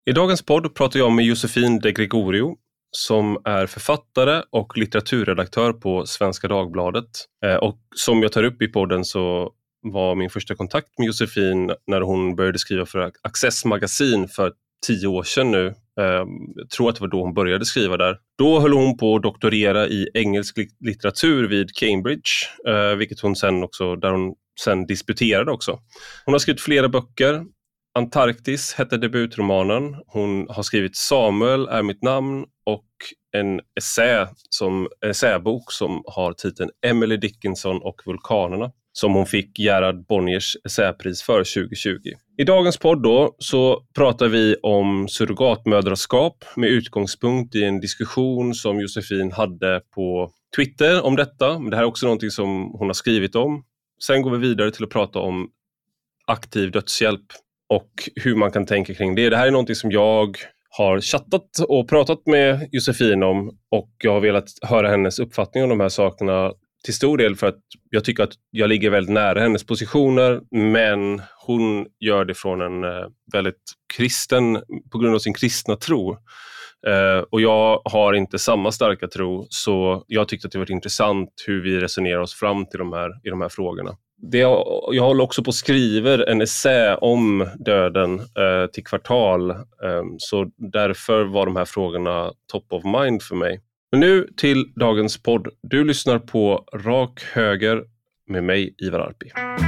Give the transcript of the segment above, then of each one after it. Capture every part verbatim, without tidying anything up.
I dagens podd pratar jag med Josefin de Gregorio som är författare och litteraturredaktör på Svenska Dagbladet. Eh, och som jag tar upp i podden så var min första kontakt med Josefin när hon började skriva för Access Magasin för tio år sedan nu. Eh, jag tror att det var då hon började skriva där. Då höll hon på att doktorera i engelsk litteratur vid Cambridge, eh, vilket hon sen också, där hon sen disputerade också. Hon har skrivit flera böcker. Antarktis hette debutromanen. Hon har skrivit Samuel är mitt namn och en essä som, essäbok som har titeln Emily Dickinson och vulkanerna, som hon fick Gerhard Bonniers essäpris för tjugo tjugo. I dagens podd då så pratar vi om surrogatmödraskap med utgångspunkt i en diskussion som Josefin hade på Twitter om detta. Men det här är också någonting som hon har skrivit om. Sen går vi vidare till att prata om aktiv dödshjälp och hur man kan tänka kring det. Det här är någonting som jag har chattat och pratat med Josefin om, och jag har velat höra hennes uppfattning om de här sakerna till stor del för att jag tycker att jag ligger väldigt nära hennes positioner, men hon gör det från en väldigt kristen, på grund av sin kristna tro. Uh, och jag har inte samma starka tro, så jag tyckte att det var intressant hur vi resonerar oss fram till de här, i de här frågorna. Det jag, jag håller också på att skriva en essä om döden uh, till Kvartal, um, så därför var de här frågorna top of mind för mig. Men nu till dagens podd. Du lyssnar på Rak Höger med mig, Ivar Arpi.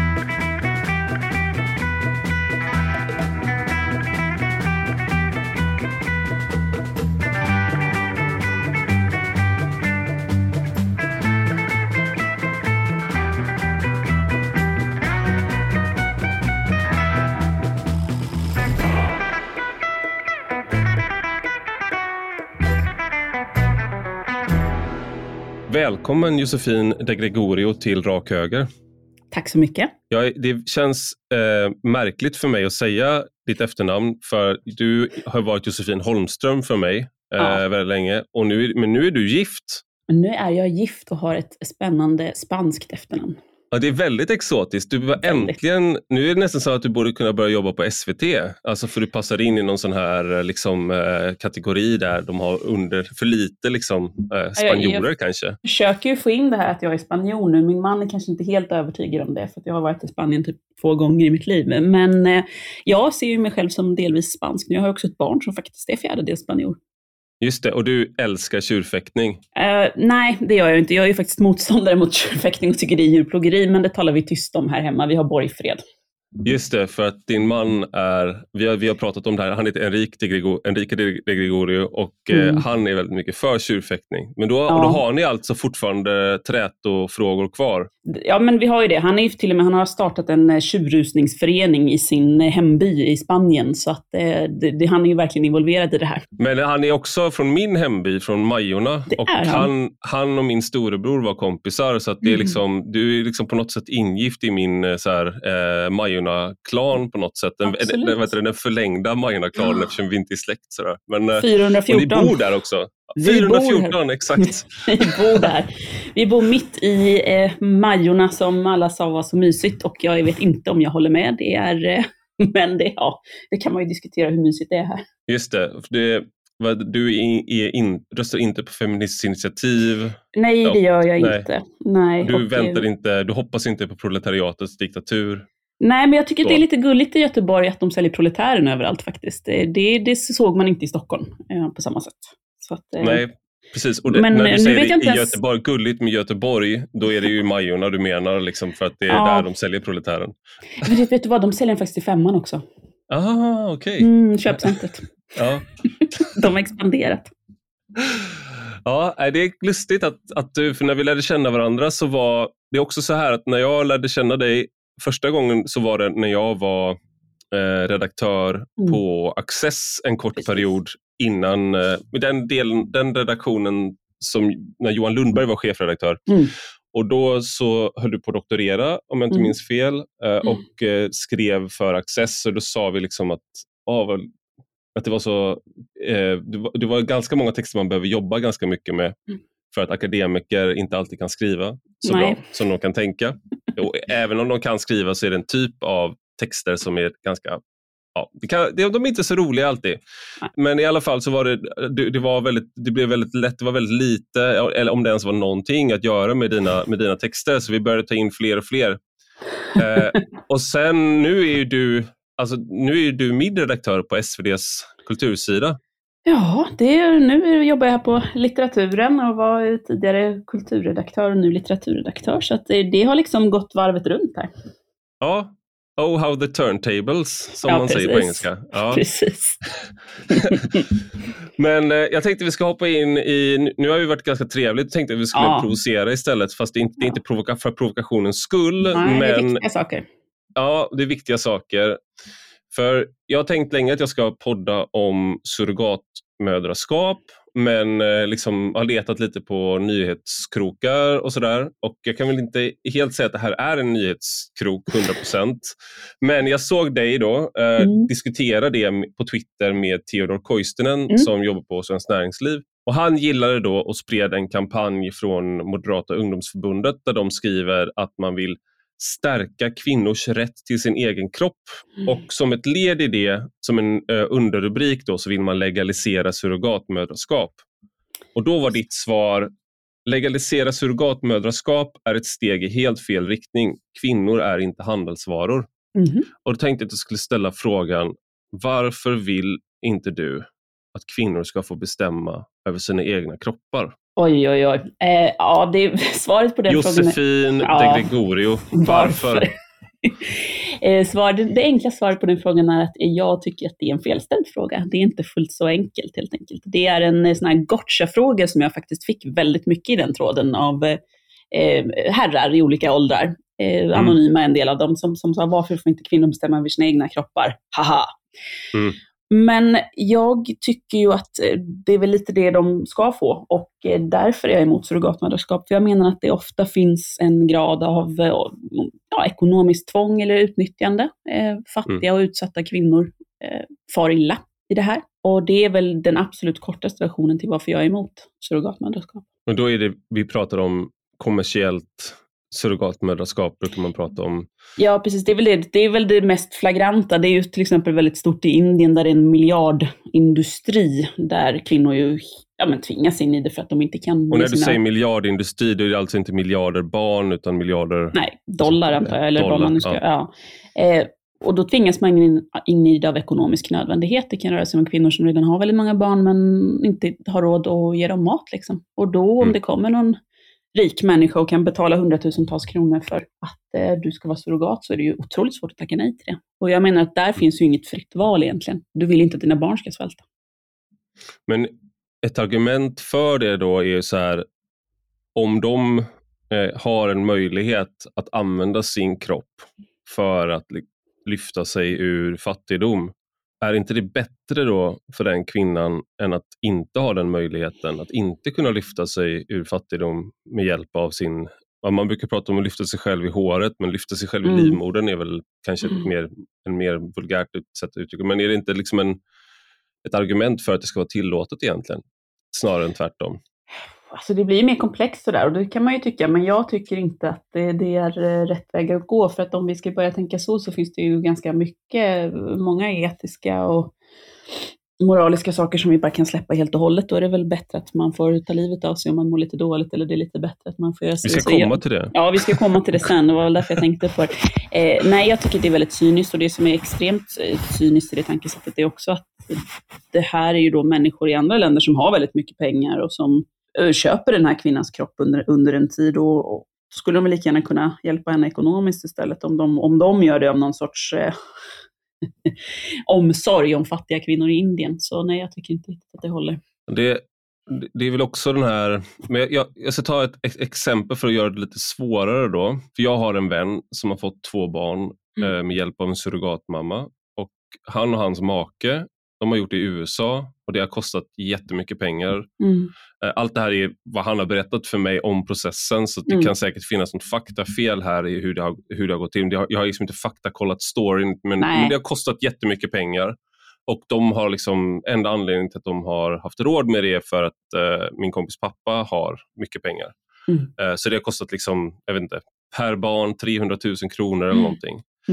Välkommen Josefin de Gregorio till Rak Höger. Tack så mycket. Ja, det känns eh, märkligt för mig att säga ditt efternamn, för du har varit Josefin Holmström för mig eh, ja. väldigt länge. Och nu, men nu är du gift. Nu är jag gift och har ett spännande spanskt efternamn. Ja, det är väldigt exotiskt. Du var äntligen, nu är det nästan så att du borde kunna börja jobba på S V T. Alltså för du passar in i någon sån här liksom, eh, kategori där de har under för lite liksom, eh, spanjorer jag, jag kanske. Jag försöker ju få in det här att jag är spanjor nu. Min man är kanske inte helt övertygad om det, för att jag har varit i Spanien typ två gånger i mitt liv. Men eh, jag ser ju mig själv som delvis spansk. Jag har också ett barn som faktiskt är fjärdedels spanjor. Just det, och du älskar tjurfäktning? Uh, nej, det gör jag inte. Jag är ju faktiskt motståndare mot tjurfäktning och tycker det är djurplågeri, men det talar vi tyst om här hemma. Vi har borgfred. Just det, för att din man är, vi har, vi har pratat om det här, han heter Enrique de Gregorio, Enrique de Gregorio och mm. eh, han är väldigt mycket för tjurfäktning. Men då, ja. då har ni alltså fortfarande trätofrågor kvar? Ja, men vi har ju det. Han är ju till och med, han har startat en tjurrusningsförening i sin hemby i Spanien, så att eh, det, det, han är ju verkligen involverad i det här. Men han är också från min hemby, från Majorna, det och han. han, han och min storebror var kompisar, så att det är liksom, du är liksom på något sätt ingift i min så här, eh, Majorna-klan på något sätt. Den, den, vet du, den förlängda Majorna-klanen, ja. Eftersom vi inte är släkt sådär. Men fyrahundrafjorton. Och ni bor där också. fyrahundrafjorton, exakt. Vi bor där. Vi bor mitt i eh, Majorna som alla sa var så mysigt, och jag vet inte om jag håller med. Det är, eh, men det, ja, det kan man ju diskutera hur mysigt det är här. Just det. det du är, är in, röstar inte på Feministiskt initiativ. Nej, det gör jag Nej. inte. Nej, du och, väntar inte, du hoppas inte på proletariatets diktatur. Nej, men jag tycker så. Att det är lite gulligt i Göteborg att de säljer proletären överallt faktiskt. Det, det, det såg man inte i Stockholm eh, på samma sätt. Så att, eh, Nej, precis. Och det, men, när du säger det, i ens... Göteborg, gulligt med Göteborg, då är det ju Majorna du menar, liksom, för att det är ja. där de säljer proletären. Men vet, vet du vad, de säljer faktiskt i femman också. Ah, okej. Okay. Mm, köpcentret. Ja. De har expanderat. Ja, det är lustigt att, att du, för när vi lärde känna varandra så var det också så här att när jag lärde känna dig första gången så var det när jag var eh, redaktör mm. på Access en kort Precis. period innan, eh, den, delen, den redaktionen som när Johan Lundberg var chefredaktör. Mm. Och då så höll du på att doktorera, om jag inte mm. minns fel, eh, och eh, skrev för Access, och då sa vi liksom att oh, att det var så eh, det, var, det var ganska många texter man behöver jobba ganska mycket med mm. för att akademiker inte alltid kan skriva så Nej. bra som de kan tänka. Och även om de kan skriva så är det en typ av texter som är ganska ja, det kan, det, de är inte så roliga alltid. Nej. Men i alla fall så var det, det, det var väldigt, det blev väldigt lätt, det var väldigt lite, eller om det ens var någonting att göra med dina, med dina texter, så vi började ta in fler och fler. eh, och sen nu är ju du, alltså nu är ju du midredaktör på S V D:s kultursida. Ja, det är, nu jobbar jag här på litteraturen och var tidigare kulturredaktör och nu litteraturredaktör, så att det, det har liksom gått varvet runt här. Ja, oh how the turntables, som ja, man precis. säger på engelska. Ja, precis. Men eh, jag tänkte vi ska hoppa in i, nu har vi varit ganska trevligt, jag tänkte att vi skulle ja. provocera istället, fast det är inte, det är inte provoka, för provokationens skull. Nej, men, det är viktiga saker. Ja, det är viktiga saker. För jag har tänkt länge att jag ska podda om surrogatmödraskap, men eh, liksom har letat lite på nyhetskrokar och sådär. Och jag kan väl inte helt säga att det här är en nyhetskrok hundra procent. Men jag såg dig då eh, mm. diskutera det på Twitter med Theodor Koistinen mm. som jobbar på Svenskt Näringsliv. Och han gillade då och spred en kampanj från Moderata ungdomsförbundet där de skriver att man vill stärka kvinnors rätt till sin egen kropp. Mm. Och som ett led i det, som en uh, underrubrik då, så vill man legalisera surrogatmödraskap. Och då var ditt svar: legalisera surrogatmödraskap är ett steg i helt fel riktning. Kvinnor är inte handelsvaror. Mm. Och då tänkte jag att jag skulle ställa frågan: varför vill inte du att kvinnor ska få bestämma över sina egna kroppar? Oj, oj, oj. Eh, ja, det är svaret på den Josefin frågan. Josefin de Gregorio, varför? varför? eh, svar, det, det enkla svaret på den frågan är att jag tycker att det är en felställd fråga. Det är inte fullt så enkelt helt enkelt. Det är en sån här gotcha-fråga som jag faktiskt fick väldigt mycket i den tråden av eh, herrar i olika åldrar. Eh, mm. Anonyma en del av dem som, som sa: varför får inte kvinnor bestämma över sina egna kroppar? Haha. Mm. Men jag tycker ju att det är väl lite det de ska få, och därför är jag emot surrogatmödraskap. För jag menar att det ofta finns en grad av ja, ekonomiskt tvång eller utnyttjande. Eh, fattiga mm. och utsatta kvinnor eh, far illa i det här. Och det är väl den absolut kortaste versionen till varför jag är emot surrogatmödraskap. Och då är det, vi pratar om kommersiellt surrogatmödraskap, brukar man prata om. Ja, precis. Det är, väl det, det är väl det mest flagranta. Det är ju till exempel väldigt stort i Indien, där det är en miljardindustri där kvinnor ju ja, men tvingas in i det för att de inte kan. Och när du sina... säger miljardindustri, då är det alltså inte miljarder barn utan miljarder... Nej, dollar antar jag. Eller dollar, vad man nu ska... Ja. Ja. Eh, och då tvingas man in, in i det av ekonomisk nödvändighet. Det kan röra sig om kvinnor som redan har väldigt många barn men inte har råd att ge dem mat. Liksom. Och då om mm. det kommer någon rik människa och kan betala hundratusentals kronor för att eh, du ska vara surrogat, så är det ju otroligt svårt att tacka nej till det. Och jag menar att där finns ju inget fritt val egentligen. Du vill inte att dina barn ska svälta. Men ett argument för det då är ju så här: om de eh, har en möjlighet att använda sin kropp för att lyfta sig ur fattigdom, är inte det bättre då för den kvinnan än att inte ha den möjligheten, att inte kunna lyfta sig ur fattigdom med hjälp av sin, man brukar prata om att lyfta sig själv i håret, men lyfta sig själv i mm. livmodern är väl kanske ett mer, en mer vulgärt sätt att uttrycka, men är det inte liksom en, ett argument för att det ska vara tillåtet egentligen, snarare än tvärtom? Alltså det blir mer komplext sådär, och det kan man ju tycka, men jag tycker inte att det, det är rätt väg att gå, för att om vi ska börja tänka så så finns det ju ganska mycket, många etiska och moraliska saker som vi bara kan släppa helt och hållet. Då är det väl bättre att man får ta livet av sig om man mår lite dåligt, eller det är lite bättre att man får göra sig. Vi ska komma igen. till det. Ja, vi ska komma till det sen, det var väl därför jag tänkte på det. Eh, nej, jag tycker det är väldigt cyniskt, och det som är extremt cyniskt i det tankesättet är också att det här är ju då människor i andra länder som har väldigt mycket pengar och som köper den här kvinnans kropp under, under en tid, och, och skulle de lika gärna kunna hjälpa henne ekonomiskt istället, om de, om de gör det av någon sorts eh, omsorg om fattiga kvinnor i Indien. Så nej, jag tycker inte att det håller. Det, det är väl också den här, men jag, jag, jag ska ta ett ex- exempel för att göra det lite svårare då. För jag har en vän som har fått två barn mm. eh, med hjälp av en surrogatmamma, och han och hans make, de har gjort det i U S A, och det har kostat jättemycket pengar. Mm. Allt det här är vad han har berättat för mig om processen, så det mm. kan säkert finnas något faktafel här i hur det har, hur det har gått till. Jag har, jag har liksom inte faktakollat storyn, men, men det har kostat jättemycket pengar. Och de har liksom, enda anledningen till att de har haft råd med det är för att eh, min kompis pappa har mycket pengar. Mm. Eh, så det har kostat liksom, jag vet inte, per barn trehundratusen kronor eller mm. någonting. Mm.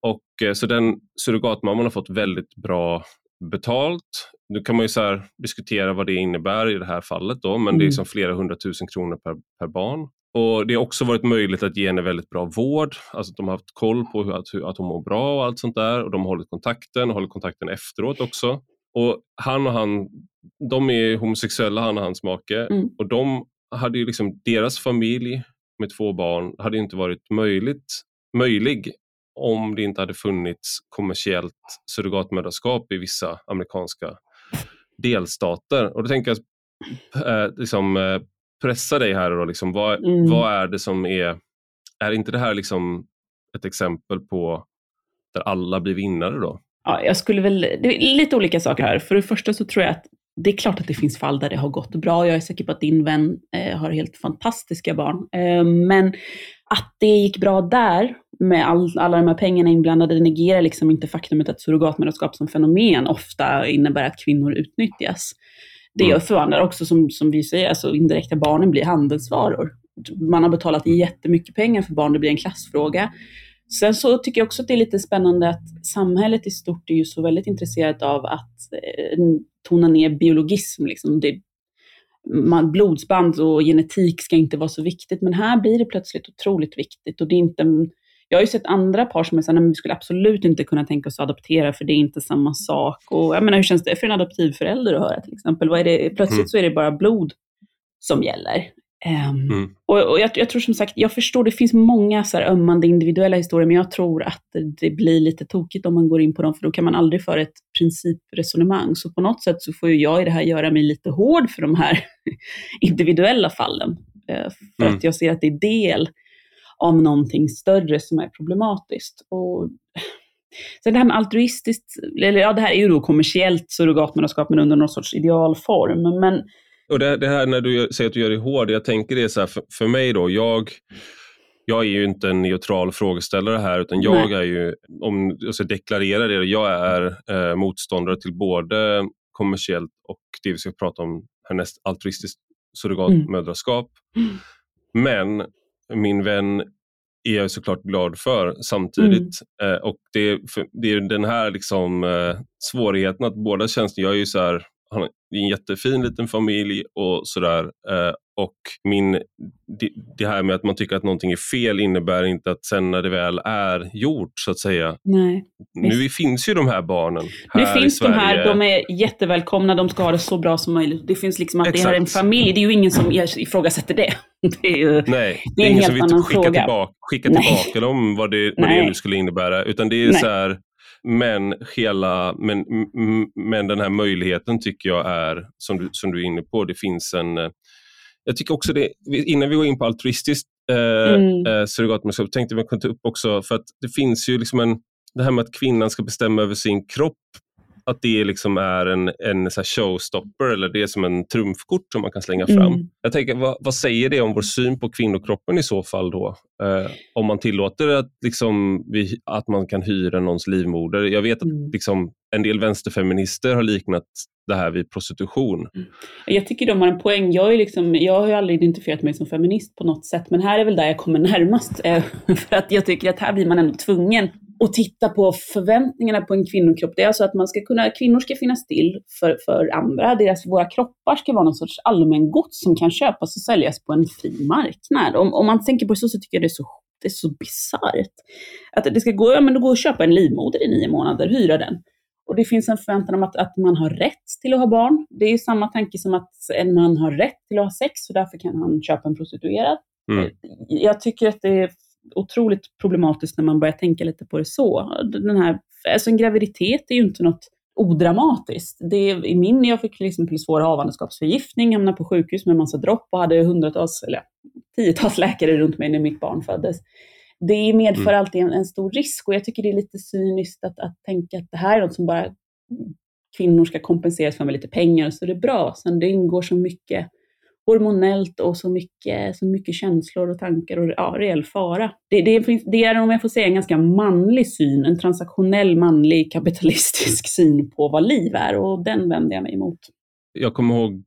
Och, eh, så den surrogatmamman har fått väldigt bra betalt. Nu kan man ju så här diskutera vad det innebär i det här fallet då, men mm. det är liksom flera hundratusen kronor per, per barn. Och det har också varit möjligt att ge henne väldigt bra vård. Alltså de har haft koll på hur, att, hur, att hon mår bra och allt sånt där. Och de har hållit kontakten och hållit kontakten efteråt också. Och han och han, de är homosexuella, han och hans make. Mm. Och de hade ju liksom, deras familj med två barn hade inte varit möjligt, möjlig om det inte hade funnits kommersiellt surrogatmödraskap i vissa amerikanska delstater. Och då tänker jag eh, liksom, eh, pressa dig här då, liksom, vad, mm. vad är det som är, är inte det här liksom ett exempel på där alla blir vinnare då? Ja, jag skulle väl, det är lite olika saker här. För det första så tror jag att det är klart att det finns fall där det har gått bra. Jag är säker på att din vän eh, har helt fantastiska barn. Eh, men att det gick bra där med all, alla de här pengarna inblandade, det negerar liksom inte faktumet att surrogatmödraskap som fenomen ofta innebär att kvinnor utnyttjas. Det gör förvandlar också, som, som vi säger, alltså indirekta barnen blir handelsvaror. Man har betalat jättemycket pengar för barn, det blir en klassfråga. Sen så tycker jag också att det är lite spännande att samhället i stort är ju så väldigt intresserat av att eh, tona ner biologism. Liksom. Det, man, blodsband och genetik ska inte vara så viktigt, men här blir det plötsligt otroligt viktigt. Och det är inte, jag har ju sett andra par som är såhär, nej, men vi skulle absolut inte kunna tänka oss att adoptera för det är inte samma sak. Och jag menar, hur känns det för en adoptivförälder att höra till exempel? Vad är det, plötsligt mm. så är det bara blod som gäller. Um, mm. Och, och jag, jag tror som sagt, jag förstår, det finns många så här ömmande individuella historier, men jag tror att det, det blir lite tokigt om man går in på dem, för då kan man aldrig föra ett principresonemang. Så på något sätt så får ju jag i det här göra mig lite hård för de här individuella fallen, uh, för mm. att jag ser att det är del av någonting större som är problematiskt. Och så det här med altruistiskt, eller ja, det här är ju då kommersiellt surrogatmödraskap, men under någon sorts idealform, men och det, det här när du säger att du gör det hård, jag tänker det är så här, för, för mig då, jag, jag är ju inte en neutral frågeställare här, utan jag Nej. är ju, om jag ska deklarera det, jag är eh, motståndare till både kommersiellt och det vi ska prata om härnäst, altruistiskt surrogatmödraskap. Mm. Men min vän är jag såklart glad för samtidigt. Mm. Eh, och det, för, det är den här liksom, eh, svårigheten att båda känns, jag är ju så här, han är en jättefin liten familj och sådär. Eh, och min, det, det här med att man tycker att någonting är fel innebär inte att sen när det väl är gjort, så att säga. Nej. Nu visst. Finns ju de här barnen här nu finns i Sverige. De här, de är jättevälkomna, de ska ha det så bra som möjligt. Det finns liksom att Exakt. Det här är en familj, det är ju ingen som ifrågasätter det. Det är ju Nej, det är en ingen helt som vill skicka fråga. tillbaka, skicka tillbaka dem vad det, vad det nu skulle innebära. Utan det är Nej. så här, men hela, men, men den här möjligheten tycker jag är, som du, som du är inne på, det finns en, jag tycker också det, innan vi går in på altruistiskt eh, mm. eh, surrogatmödraskap, tänkte vi kunna ta upp också, för att det finns ju liksom en, det här med att kvinnan ska bestämma över sin kropp, att det liksom är en, en så här showstopper, eller det är som en trumfkort som man kan slänga fram. Mm. Jag tänker, vad, vad säger det om vår syn på kvinnokroppen i så fall då? Eh, om man tillåter att, liksom, vi, att man kan hyra någons livmoder. Jag vet att mm. liksom, en del vänsterfeminister har liknat det här vid prostitution. Mm. Jag tycker de har en poäng. Jag, är liksom, jag har ju aldrig identifierat mig som feminist på något sätt, men här är väl där jag kommer närmast. Eh, för att jag tycker att här blir man ändå tvungen och titta på förväntningarna på en kvinnokropp. Det är alltså att man ska kunna, kvinnor ska finnas till för, för andra. Deras, våra kroppar ska vara någon sorts allmän gods som kan köpas och säljas på en fri marknad. Om, om man tänker på det så, så tycker jag det är så, det är så bisarrt. Att det ska gå, ja, men det går att köpa en livmoder i nio månader, hyra den. Och det finns en förväntan om att, att man har rätt till att ha barn. Det är ju samma tanke som att en man har rätt till att ha sex, så därför kan han köpa en prostituerad. Mm. Jag tycker att det är otroligt problematiskt när man börjar tänka lite på det så. Den här, alltså en graviditet är ju inte något odramatiskt. Det är, i min, jag fick liksom svår havandeskapsförgiftning, hamnade på sjukhus med en massa dropp och hade hundratals eller tiotals läkare runt mig när mitt barn föddes. Det medför mm. alltid en, en stor risk, och jag tycker det är lite cyniskt att, att tänka att det här är något som bara kvinnor ska kompenseras för med lite pengar, så det är bra. Sen det ingår så mycket hormonellt och så mycket, så mycket känslor och tankar och ja, reell fara. Det, det, det är, om jag får säga, en ganska manlig syn, en transaktionell manlig kapitalistisk syn på vad liv är, och den vänder jag mig emot. Jag kommer ihåg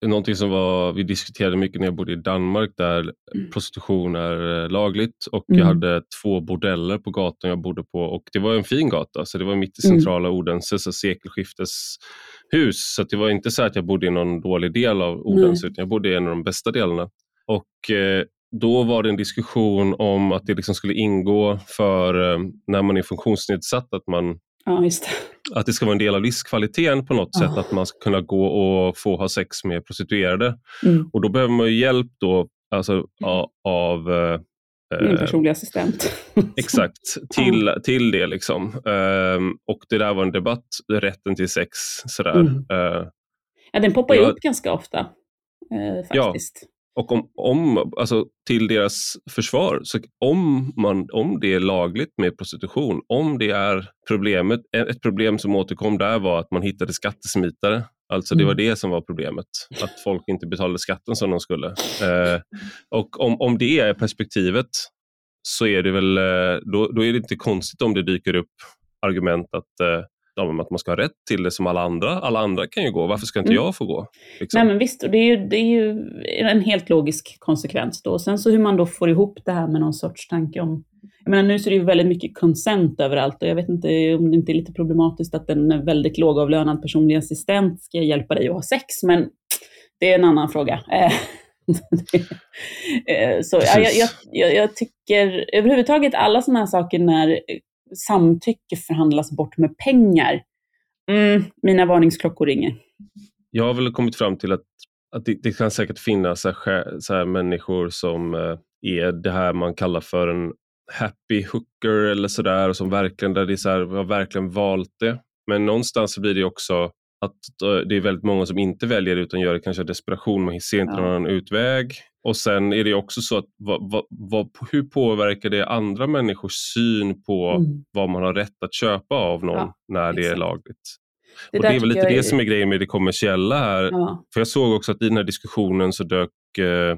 någonting som var, vi diskuterade mycket när jag bodde i Danmark där mm. prostitution är lagligt och mm. jag hade två bordeller på gatan jag bodde på och det var en fin gata så det var mitt i centrala mm. Odense, så sekelskifteshus, så det var inte så att jag bodde i någon dålig del av Odense mm. utan jag bodde i en av de bästa delarna och eh, då var det en diskussion om att det liksom skulle ingå för eh, när man är funktionsnedsatt att man Ja, just det. Att det ska vara en del av livskvaliteten på något oh. sätt, att man ska kunna gå och få ha sex med prostituerade. Mm. Och då behöver man ju hjälp då, alltså mm. av, av eh, min personliga assistent. Exakt, till, oh. till det liksom. Um, och det där var en debatt, rätten till sex, sådär. Mm. Uh, ja, den poppar ju upp ganska ofta, uh, faktiskt. Ja. Och om, om, alltså till deras försvar, så om, man, om det är lagligt med prostitution, om det är problemet, ett problem som återkom där var att man hittade skattesmitare. Alltså det var det som var problemet, att folk inte betalade skatten som de skulle. Eh, och om, om det är perspektivet så är det väl, då, då är det inte konstigt om det dyker upp argument att eh, att man ska ha rätt till det som alla andra. Alla andra kan ju gå. Varför ska inte mm. jag få gå? Liksom? Nej men visst, och det är, ju, det är ju en helt logisk konsekvens då. Sen så hur man då får ihop det här med någon sorts tanke om... Jag menar nu så är det ju väldigt mycket consent överallt och jag vet inte om det inte är lite problematiskt att en väldigt lågavlönad personlig assistent ska hjälpa dig att ha sex, men det är en annan fråga. Så ja, jag, jag, jag, jag tycker överhuvudtaget alla sådana här saker när samtycke förhandlas bort med pengar. Mm, mina varningsklockor ringer. Jag har väl kommit fram till att, att det, det kan säkert finnas så här, så här människor som eh, är det här man kallar för en happy hooker eller sådär, och som verkligen, där det är så här, har verkligen valt det. Men någonstans så blir det också att uh, det är väldigt många som inte väljer det utan gör det kanske desperation, man ser inte ja. någon utväg. Och sen är det också så att vad, vad, vad, hur påverkar det andra människors syn på mm. vad man har rätt att köpa av någon ja, när det exakt. är lagligt. Det och det är väl lite det är... som är grejen med det kommersiella här. Ja. För jag såg också att i den här diskussionen så dök eh,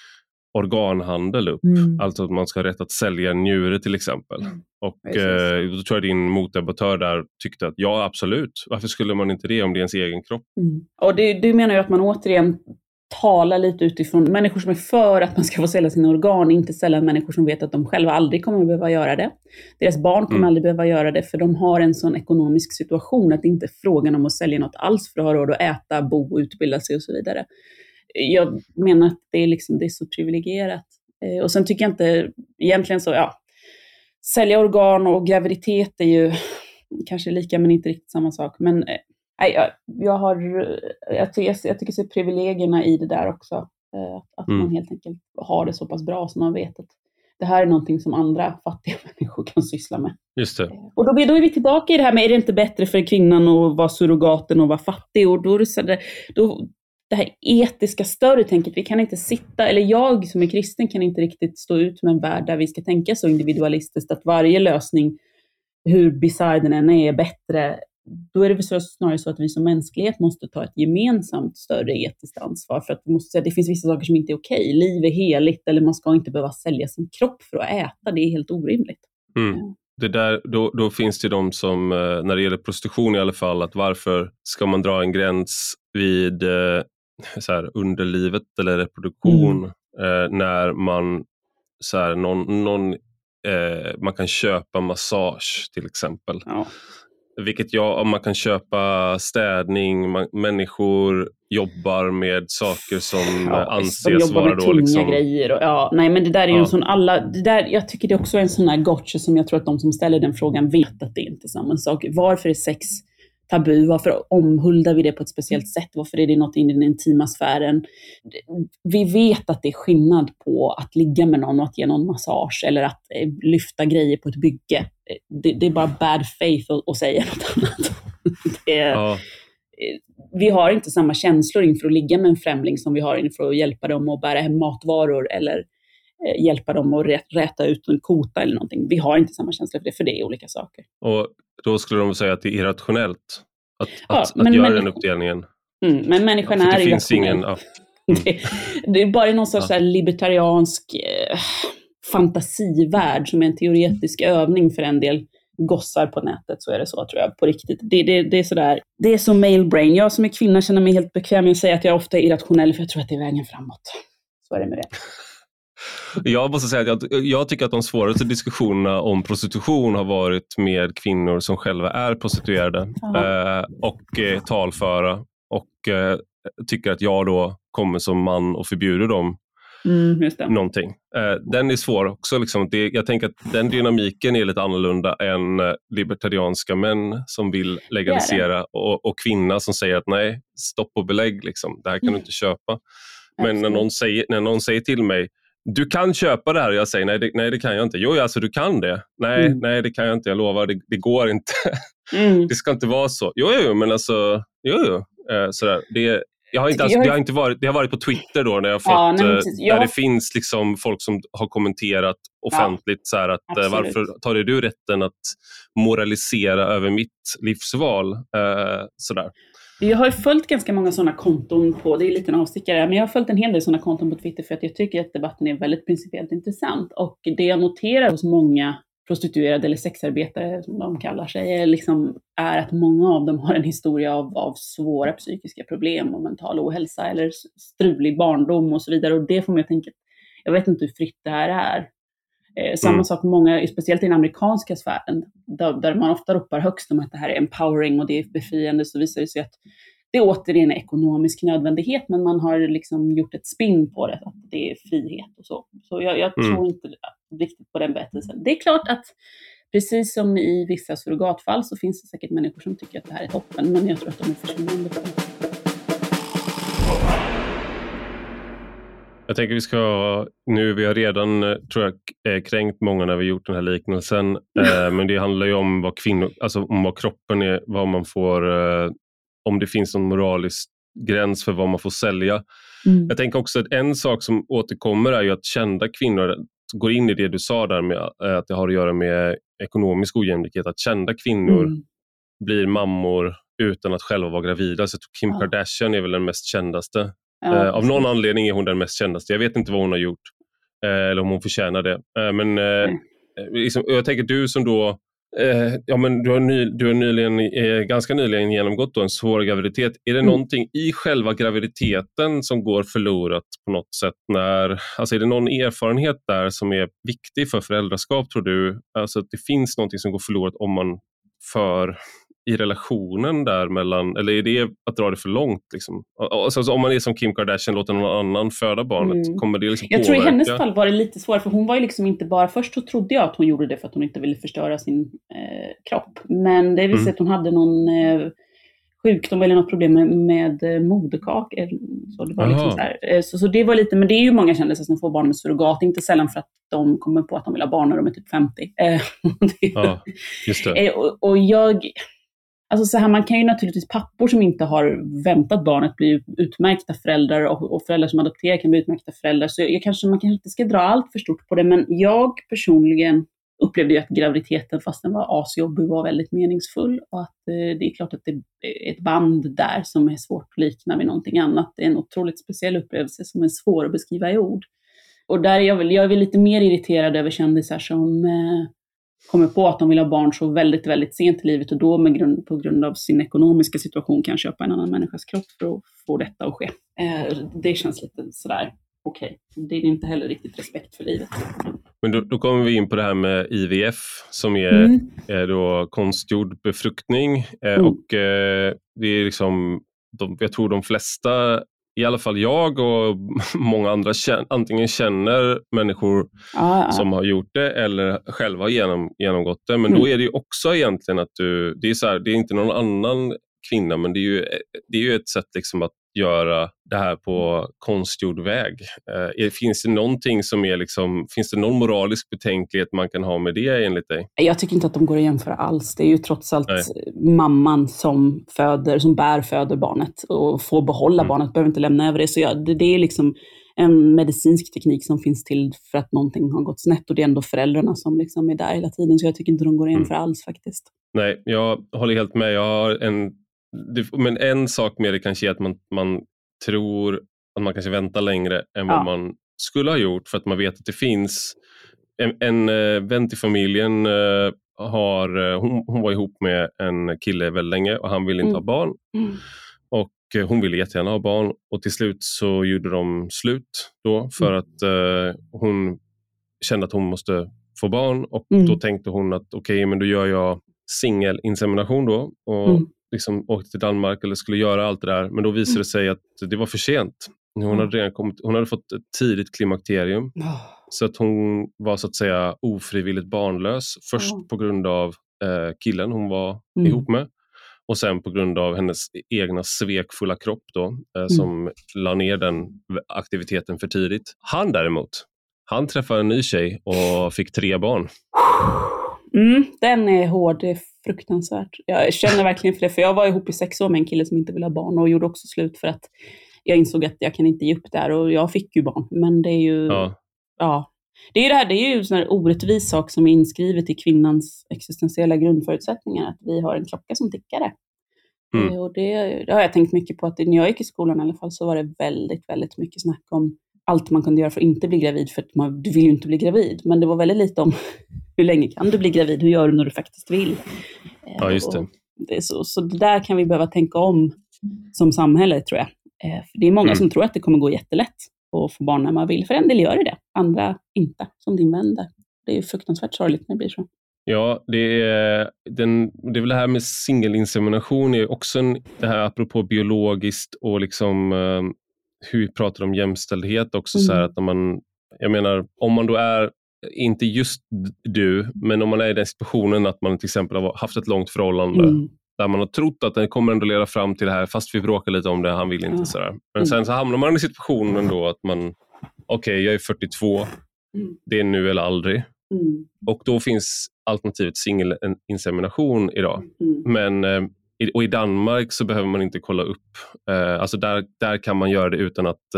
organhandel upp. Mm. Alltså att man ska ha rätt att sälja en njure till exempel. Mm. Och eh, då tror jag din motdebattör där tyckte att ja, absolut. Varför skulle man inte det om det är ens egen kropp? Mm. Och det, du menar ju att man återigen talar lite utifrån människor som är för att man ska få sälja sina organ, inte sällan människor som vet att de själva aldrig kommer att behöva göra det. Deras barn kommer mm. aldrig behöva göra det, för de har en sån ekonomisk situation att det inte är frågan om att sälja något alls för att ha råd att äta, bo, utbilda sig och så vidare. Jag menar att det är, liksom, det är så privilegierat. Eh, och sen tycker jag inte, egentligen så, ja, sälja organ och graviditet är ju kanske lika men inte riktigt samma sak. Men eh, jag, jag, har, jag, tycker, jag tycker så privilegierna i det där också. Eh, att mm. man helt enkelt har det så pass bra som man vet att det här är någonting som andra fattiga människor kan syssla med. Just det. Eh, och då, då är vi tillbaka i det här med, är det inte bättre för kvinnan att vara surrogaten och vara fattig? Och då är det så där, då det här etiska större tänket, vi kan inte sitta, eller jag som är kristen kan inte riktigt stå ut med en värld där vi ska tänka så individualistiskt att varje lösning, hur bisarr den än är, är bättre. Då är det väl snarare så att vi som mänsklighet måste ta ett gemensamt större etiskt ansvar, för att vi måste säga att det finns vissa saker som inte är okej. Liv är heligt, eller man ska inte behöva sälja sin kropp för att äta, det är helt orimligt. Mm. Ja. Det där, då, då finns det de som, när det gäller prostitution i alla fall, att varför ska man dra en gräns vid så här, underlivet eller reproduktion mm. eh, när man så här, någon, någon, eh, man kan köpa massage till exempel. Ja. Vilket jag, om man kan köpa städning, man, människor jobbar med saker som ja, anses vara då liksom grejer och, ja, nej men det där är ju ja. en sån alla, det där, jag tycker det är också en sån här gotcha som jag tror att de som ställer den frågan vet att det är inte samma sak. Varför är sex tabu? Varför omhuldar vi det på ett speciellt sätt? Varför är det något i den intima sfären? Vi vet att det är skillnad på att ligga med någon och att ge någon massage eller att eh, lyfta grejer på ett bygge. Det, det är bara bad faith att, att säga något annat. det är, ja. Vi har inte samma känslor inför att ligga med en främling som vi har inför att hjälpa dem att bära hem matvaror eller eh, hjälpa dem att rät, räta ut en kota eller någonting. Vi har inte samma känslor för det, för det är olika saker. Och då skulle de säga att det är irrationellt att, ja, att, men, att göra men, den uppdelningen. Mm, men människan är det finns ingen, ja. mm. det, det är bara någon sorts ja. libertariansk eh, fantasivärld som är en teoretisk övning för en del gossar på nätet, så är det så tror jag på riktigt. Det, det, det är sådär, det är så male brain. Jag som är kvinna känner mig helt bekväm med att säga att jag ofta är irrationell, för jag tror att det är vägen framåt. Så är det med det. Jag måste säga att jag, jag tycker att de svåraste diskussionerna om prostitution har varit med kvinnor som själva är prostituerade eh, och eh, talföra och eh, tycker att jag då kommer som man och förbjuder dem mm, just det. någonting. Eh, den är svår också. Liksom. Det, jag tänker att den dynamiken är lite annorlunda än eh, libertarianska män som vill legalisera det det. Och, och kvinna som säger att nej, stopp och belägg, liksom. Det här kan mm. du inte köpa. Men när någon, säger, när någon säger till mig, du kan köpa det här, och jag säger nej det, nej, det kan jag inte. Jo, alltså du kan det. Nej, mm. nej det kan jag inte, jag lovar, det, det går inte. Mm. Det ska inte vara så. Jo, jo, men alltså, jo, jo. Eh, sådär. Det, jag har inte, alltså, det, har inte varit, det har varit på Twitter då, när jag fått, ja, nej, jag... där det finns liksom folk som har kommenterat offentligt ja, så här att absolut. Varför tar du rätten att moralisera över mitt livsval? Eh, sådär. Jag har följt ganska många sådana konton på, det är en liten avstickare, men jag har följt en hel del sådana konton på Twitter för att jag tycker att debatten är väldigt principiellt intressant. Och det jag noterar hos många prostituerade eller sexarbetare som de kallar sig är, liksom, är att många av dem har en historia av, av svåra psykiska problem och mental ohälsa eller strulig barndom och så vidare. Och det får mig att tänka, jag vet inte hur fritt det här är. Eh, samma mm. sak många, speciellt i den amerikanska sfären, där, där man ofta ropar högst om att det här är empowering och det är befriande, så visar det sig att det är återigen en ekonomisk nödvändighet, men man har liksom gjort ett spin på det, att det är frihet och så. Så jag, jag mm. tror inte riktigt på den berättelsen. Det är klart att precis som i vissa surrogatfall så finns det säkert människor som tycker att det här är toppen, men jag tror att de är försvinnande på det. Jag tänker vi ska, nu vi har redan tror jag kränkt många när vi gjort den här liknelsen, eh, men det handlar ju om vad kvinnor, alltså om vad kroppen är, vad man får, eh, om det finns någon moralisk gräns för vad man får sälja. Mm. Jag tänker också att en sak som återkommer är ju att kända kvinnor går in i det du sa där med att det har att göra med ekonomisk ojämlikhet, att kända kvinnor mm. blir mammor utan att själva vara gravida. Så Kim ja. Kardashian är väl den mest kändaste. Ja, eh, av någon anledning är hon den mest kändaste. Jag vet inte vad hon har gjort. Eh, eller om hon förtjänar det. Eh, men eh, liksom, jag tänker du som då eh, ja, men du har, ny, du har nyligen, eh, ganska nyligen genomgått då en svår graviditet. Är det mm. någonting i själva graviditeten som går förlorat på något sätt? När, alltså är det någon erfarenhet där som är viktig för föräldraskap, tror du? Alltså att det finns någonting som går förlorat om man för i relationen där mellan, eller är det att dra det för långt liksom? Alltså, alltså, om man är som Kim Kardashian, låter någon annan föda barnet, mm. kommer det liksom jag påverka? Jag tror i hennes fall var det lite svårare, för hon var ju liksom inte bara, först så trodde jag att hon gjorde det för att hon inte ville förstöra sin eh, kropp, men det visade sig mm. att hon hade någon eh, sjukdom eller något problem med, med moderkak, så det var liksom så, här. Eh, så, så det var lite, men det är ju många kändisar som får barn med surrogat, inte sällan för att de kommer på att de vill ha barn när de är typ femtio. Eh, det, ja, just det. Eh, och, och jag Alltså så här, man kan ju naturligtvis, pappor som inte har väntat barnet blir utmärkta föräldrar, och, och föräldrar som adopterar kan bli utmärkta föräldrar. Så jag kanske, man kanske inte ska dra allt för stort på det, men jag personligen upplevde ju att graviditeten, fast den var asjobbig, var väldigt meningsfull. Och att eh, det är klart att det är ett band där som är svårt att likna vid någonting annat. Det är en otroligt speciell upplevelse som är svår att beskriva i ord. Och där är jag väl, jag är väl lite mer irriterad över kändisar som eh, kommer på att de vill ha barn så väldigt, väldigt sent i livet, och då med grund, på grund av sin ekonomiska situation kan köpa en annan människas kropp för att få detta att ske. Eh, det känns lite sådär, okej. Okay. Det är inte heller riktigt respekt för livet. Men då, då kommer vi in på det här med I V F som är, mm. är då konstgjord befruktning. Eh, mm. Och eh, det är liksom, de, jag tror de flesta, i alla fall jag och många andra känner, antingen känner människor ah, ah. som har gjort det eller själva genom, genomgått det. Men mm. då är det ju också egentligen att du, det är så här, det är inte någon annan kvinna, men det är ju, det är ju ett sätt liksom att göra det här på konstgjord väg. Eh, finns det någonting som är liksom, finns det någon moralisk betänklighet man kan ha med det enligt dig? Jag tycker inte att de går att jämföra alls. Det är ju trots allt Nej. mamman som föder, som bär föder barnet och får behålla mm. barnet, behöver inte lämna över det. Så jag, det, det är liksom en medicinsk teknik som finns till för att någonting har gått snett, och det är ändå föräldrarna som liksom är där hela tiden. Så jag tycker inte de går att jämföra mm. alls faktiskt. Nej, jag håller helt med. Jag har en Det, men en sak med det kanske är att man, man tror att man kanske väntar längre än vad ja. man skulle ha gjort, för att man vet att det finns en, en uh, vän till familjen uh, har, hon, hon var ihop med en kille väldigt länge och han ville inte Mm. ha barn. Mm. Och hon ville jättegärna ha barn och till slut så gjorde de slut då för Mm. att eh, hon kände att hon måste få barn och Mm. då tänkte hon att okej, okay, men då gör jag singelinsemination då och Mm. liksom åkte till Danmark eller skulle göra allt det där, men då visade det sig att det var för sent. Hon Mm. hade redan kommit, hon hade fått ett tidigt klimakterium Oh. så att hon var så att säga ofrivilligt barnlös först Oh. på grund av eh, killen hon var Mm. ihop med. Och sen på grund av hennes egna svekfulla kropp då, eh, Mm. som la ner den aktiviteten för tidigt. Han däremot, han träffade en ny tjej och fick tre barn. Mm, den är hård, det är fruktansvärt. Jag känner verkligen för det, för jag var ihop i sex år med en kille som inte ville ha barn och gjorde också slut för att jag insåg att jag kan inte ge upp där och jag fick ju barn. Men det är ju, Ja. ja. Det är ju det här, det är ju en sån här orättvis sak som är inskrivet i kvinnans existentiella grundförutsättningar, att vi har en klocka som tickar. Mm. Och det, det har jag tänkt mycket på, att när jag gick i skolan i alla fall så var det väldigt, väldigt mycket snack om allt man kunde göra för att inte bli gravid, för att man, du vill ju inte bli gravid. Men det var väldigt lite om hur länge kan du bli gravid, hur gör du när du faktiskt vill. Ja, just det. Och det är så, så det där kan vi behöva tänka om som samhälle, tror jag. För det är många mm. som tror att det kommer gå jättelätt att få barn när man vill. För en del gör det, andra inte, som din vän där. Det är ju fruktansvärt sorgligt när det blir så. Ja, det är, den, det är väl det här med singelinsemination är också en, det här apropå biologiskt och liksom uh, hur vi pratar om jämställdhet också. Mm. Så här att när man, jag menar, om man då är, inte just du, men om man är i den situationen att man till exempel har haft ett långt förhållande mm. där man har trott att det kommer ändå leda fram till det här, fast vi bråkar lite om det, han vill inte mm. sådär. Men mm. sen så hamnar man i situationen då att man, okej, okay, jag är fyrtiotvå, mm. det är nu eller aldrig. Mm. Och då finns alternativet singelinsemination idag. Mm. Men, och i Danmark så behöver man inte kolla upp. Alltså där, där kan man göra det utan att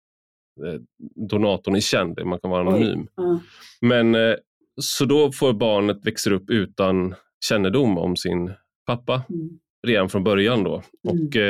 donatorn är känd. Man kan vara anonym. Mm. Men så då får barnet växa upp utan kännedom om sin pappa. Mm. Redan från början då. Mm. Och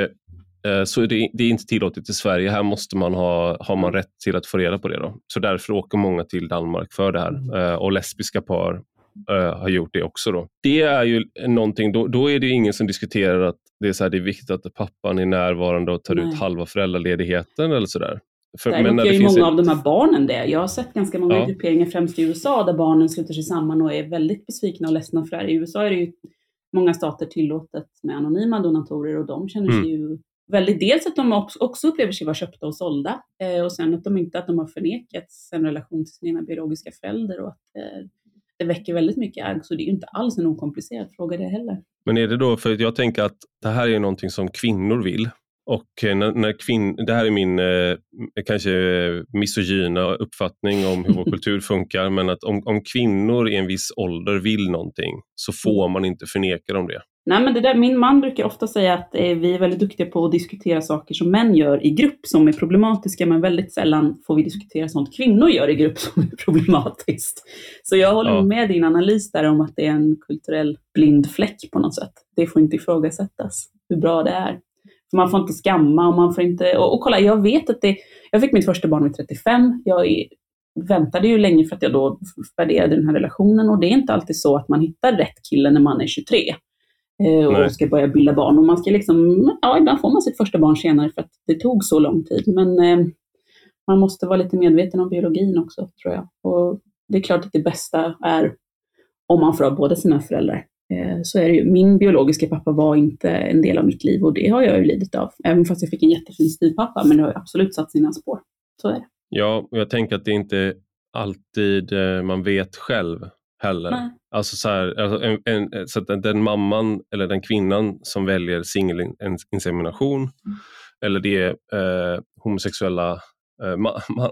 så det, det är inte tillåtet i Sverige. Här måste man ha, har man rätt till att få reda på det då. Så därför åker många till Danmark för det här. Mm. Och lesbiska par uh, har gjort det också då. Det är ju någonting, då, då är det ingen som diskuterar att det är, så här, det är viktigt att pappan är närvarande och tar Nej. ut halva föräldraledigheten eller sådär. För, Där men när det ju många ett... av de här barnen det. Jag har sett ganska många ja. grupperingar, främst i U S A, där barnen sluter sig samman och är väldigt besvikna och ledsna för det här. I U S A är det ju många stater tillåtet med anonyma donatorer och de känner sig mm. ju väldigt, dels att de också upplever sig vara köpta och sålda eh, och sen att de inte att de har förnekats en relation till sina biologiska föräldrar och att eh, det väcker väldigt mycket agg, så det är ju inte alls en okomplicerad fråga det heller. Men är det då, för jag tänker att det här är någonting som kvinnor vill och när, när kvinn, det här är min eh, kanske misogyna uppfattning om hur vår kultur funkar, men att om, om kvinnor i en viss ålder vill någonting så får man inte förneka dem det. Nej, men det där, min man brukar ofta säga att eh, vi är väldigt duktiga på att diskutera saker som män gör i grupp som är problematiska, men väldigt sällan får vi diskutera sånt kvinnor gör i grupp som är problematiskt. Så jag håller ja. med din analys där om att det är en kulturell blind fläck på något sätt. Det får inte ifrågasättas hur bra det är. För man får inte skamma och man får inte... Och, och kolla, jag vet att det... Jag fick mitt första barn vid trettiofem. Jag är, väntade ju länge för att jag då värderade den här relationen, och det är inte alltid så att man hittar rätt kille när man är tjugotre. Och Nej. ska börja bilda barn. Och man ska liksom, ja, ibland får man sitt första barn senare för att det tog så lång tid. Men eh, man måste vara lite medveten om biologin också, tror jag. Och det är klart att det bästa är om man får ha båda sina föräldrar. Eh, så är det ju. Min biologiska pappa var inte en del av mitt liv och det har jag ju lidit av. Även fast jag fick en jättefin styvpappa, men det har ju absolut satt sina spår. Så är det. Ja, och jag tänker att det inte alltid eh, man vet själv heller. Nej. Alltså så här, alltså en, en, så att den mamman eller den kvinnan som väljer singelinsemination mm. eller det eh, homosexuella eh, ma, ma,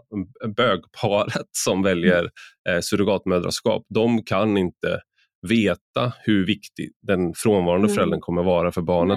bögparet som väljer eh, surrogatmödraskap, de kan inte veta hur viktig den frånvarande mm. föräldern kommer vara för barnet.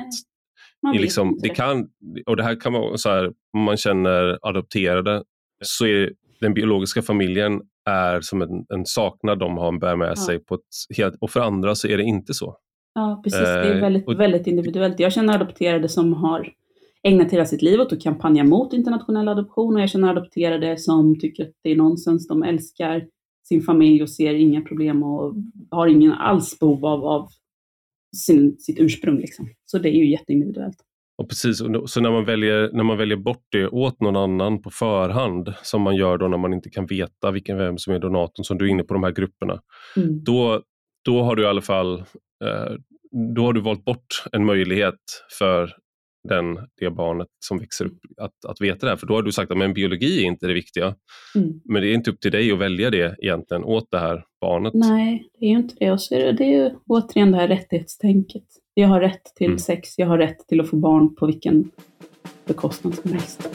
I liksom, det kan, och det här kan vara så här, om man känner adopterade så är den biologiska familjen är som en, en saknad de har bär med ja. sig på ett helt, och för andra så är det inte så. Ja, precis. Det är väldigt, och, väldigt individuellt. Jag känner adopterade som har ägnat hela sitt liv åt att kampanja mot internationell adoption, och jag känner adopterade som tycker att det är nonsens. De älskar sin familj och ser inga problem och har ingen alls behov av, av sin, sitt ursprung. Liksom. Så det är ju jätteindividuellt. Och precis, så när man, väljer, när man väljer bort det åt någon annan på förhand, som man gör då när man inte kan veta vilken vem som är donatorn, som du är inne på de här grupperna, mm. då, då har du i alla fall eh, då har du valt bort en möjlighet för den, det barnet som växer upp att, att veta det här. För då har du sagt att men biologi är inte det viktiga. Mm. Men det är inte upp till dig att välja det egentligen åt det här barnet. Nej, det är ju inte det. Och så är det, det är ju återigen det här rättighetstänket. Jag har rätt till mm. sex, jag har rätt till att få barn på vilken bekostnad som helst.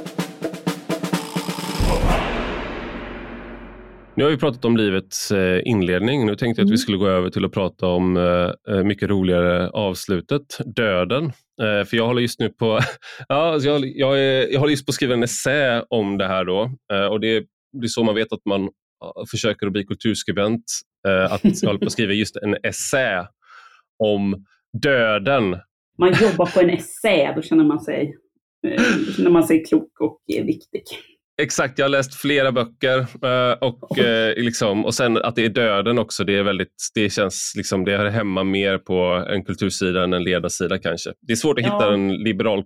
Nu har vi pratat om livets inledning. Nu tänkte jag att vi skulle gå över till att prata om mycket roligare avslutet, döden. För jag håller just nu på ja, jag, jag, är, jag håller just på att skriva en essä om det här då. Och det är, det är så man vet att man försöker att bli kulturskribent. Att jag håller på att skriva just en essä om döden. Man jobbar på en essä, då känner man sig, känner man sig klok och viktig. Exakt, jag har läst flera böcker och, liksom, och sen att det är döden också, det är väldigt, det känns liksom, det hör hemma mer på en kultursida än en ledarsida kanske. Det är svårt att ja. hitta den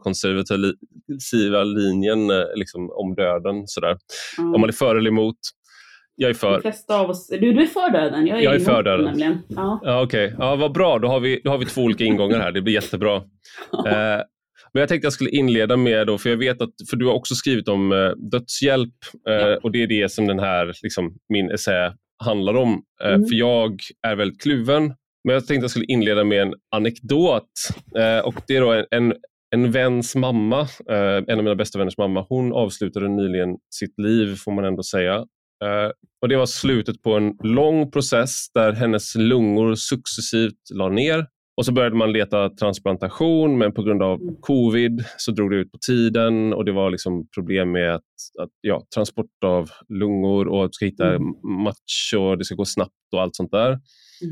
liberalkonservativa linjen liksom, om döden sådär. Mm. Om man är för eller emot. Jag är för. De flesta av oss, du, du är för döden, jag är, jag är för döden. Nämligen. Ja, ja okej. Okay. Ja, vad bra, då har, vi, då har vi två olika ingångar här, det blir jättebra. eh, Men jag tänkte jag skulle inleda med då, för jag vet att, för du har också skrivit om eh, dödshjälp eh, ja. och det är det som den här, liksom, min essä handlar om. Eh, mm. För jag är väldigt kluven, men jag tänkte jag skulle inleda med en anekdot. Eh, och det är då en, en, en väns mamma, eh, en av mina bästa vänners mamma, hon avslutade nyligen sitt liv får man ändå säga. Eh, och det var slutet på en lång process där hennes lungor successivt la ner. Och så började man leta transplantation, men på grund av covid så drog det ut på tiden och det var liksom problem med att, att ja, transport av lungor och att ska hitta mm. match och det ska gå snabbt och allt sånt där. Mm.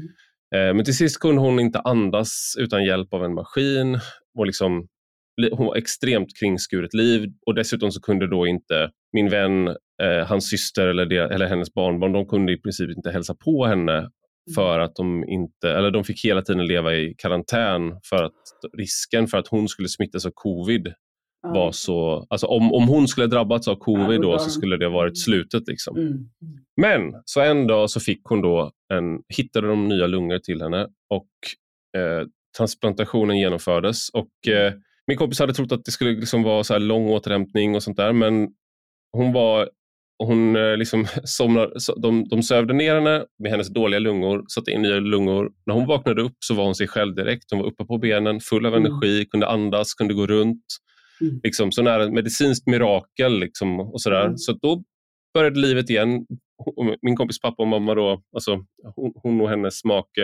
Eh, men till sist kunde hon inte andas utan hjälp av en maskin och liksom, hon var extremt kringskuret liv och dessutom så kunde då inte min vän, eh, hans syster eller, det, eller hennes barnbarn, de kunde i princip inte hälsa på henne. För att de inte, eller de fick hela tiden leva i karantän för att risken för att hon skulle smittas av covid mm. var så, alltså om, om hon skulle drabbats av covid då så skulle det ha varit slutet liksom. Mm. Men så en dag så fick hon då en, hittade de nya lungor till henne och eh, transplantationen genomfördes och eh, min kompis hade trott att det skulle liksom vara så här lång återhämtning och sånt där, men hon var Hon liksom somnar, de, de sövde ner henne med hennes dåliga lungor, satte in nya lungor. När hon vaknade upp så var hon sig själv direkt. Hon var uppe på benen, full av mm. energi, kunde andas, kunde gå runt. Mm. Liksom, så nära ett medicinskt mirakel. Liksom, och sådär. Mm. Så då började livet igen. Min kompis pappa och mamma, då, alltså, hon, hon och hennes make,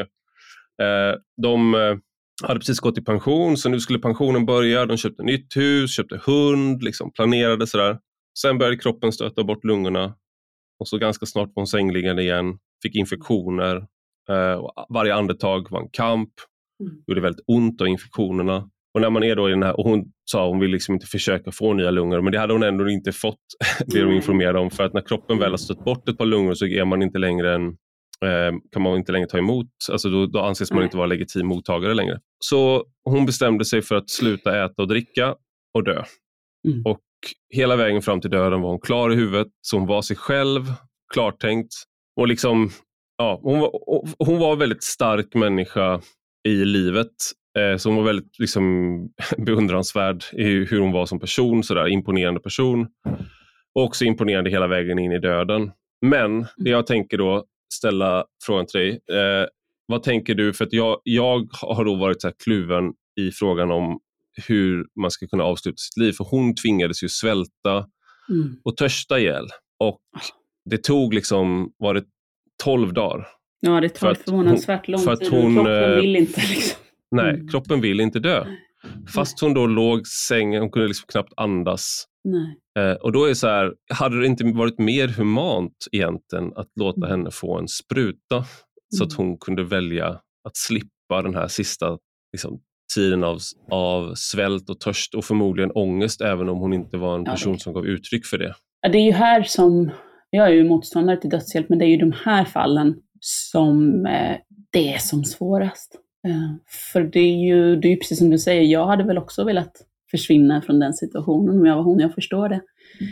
eh, de hade precis gått i pension. Så nu skulle pensionen börja. De köpte nytt hus, köpte hund, liksom, planerade sådär. Sen började kroppen stöta bort lungorna och så ganska snart var hon sängliggande igen, fick infektioner. Eh, och varje andetag var en kamp. Mm. Det gjorde väldigt ont av infektionerna. Och när man är då i den här, och hon sa hon vill liksom inte försöka få nya lungor, men det hade hon ändå inte fått, det de informerade om. För att när kroppen väl har stött bort ett par lungor så är man inte längre en, eh, kan man inte längre ta emot. Alltså då, då anses man inte vara legitim mottagare längre. Så hon bestämde sig för att sluta äta och dricka och dö. Mm. Och hela vägen fram till döden var hon klar i huvudet, så hon var sig själv, klartänkt och liksom, ja, hon var, hon var en väldigt stark människa i livet, eh, så hon var väldigt liksom beundransvärd i hur hon var som person, sådär imponerande person och också imponerande hela vägen in i döden. Men det jag tänker då ställa frågan till dig, eh, vad tänker du, för att jag, jag har då varit så här kluven i frågan om hur man ska kunna avsluta sitt liv. För hon tvingades ju svälta mm. och törsta ihjäl. Och det tog liksom, var det tolv dagar? Ja, det tar förvånansvärt lång tid. Hon, kroppen vill inte liksom. Nej, mm. kroppen vill inte dö. Fast hon då låg i sängen, hon kunde liksom knappt andas. Nej. Eh, och då är det så här, hade det inte varit mer humant egentligen att låta mm. henne få en spruta mm. så att hon kunde välja att slippa den här sista liksom, tiden av, av svält och törst och förmodligen ångest, även om hon inte var en person ja, som gav uttryck för det. Ja, det är ju här som jag är ju motståndare till dödshjälp, men det är ju de här fallen som eh, det är som svårast. Eh, för det är, ju, det är ju precis som du säger, jag hade väl också velat försvinna från den situationen om jag var hon, jag förstår det.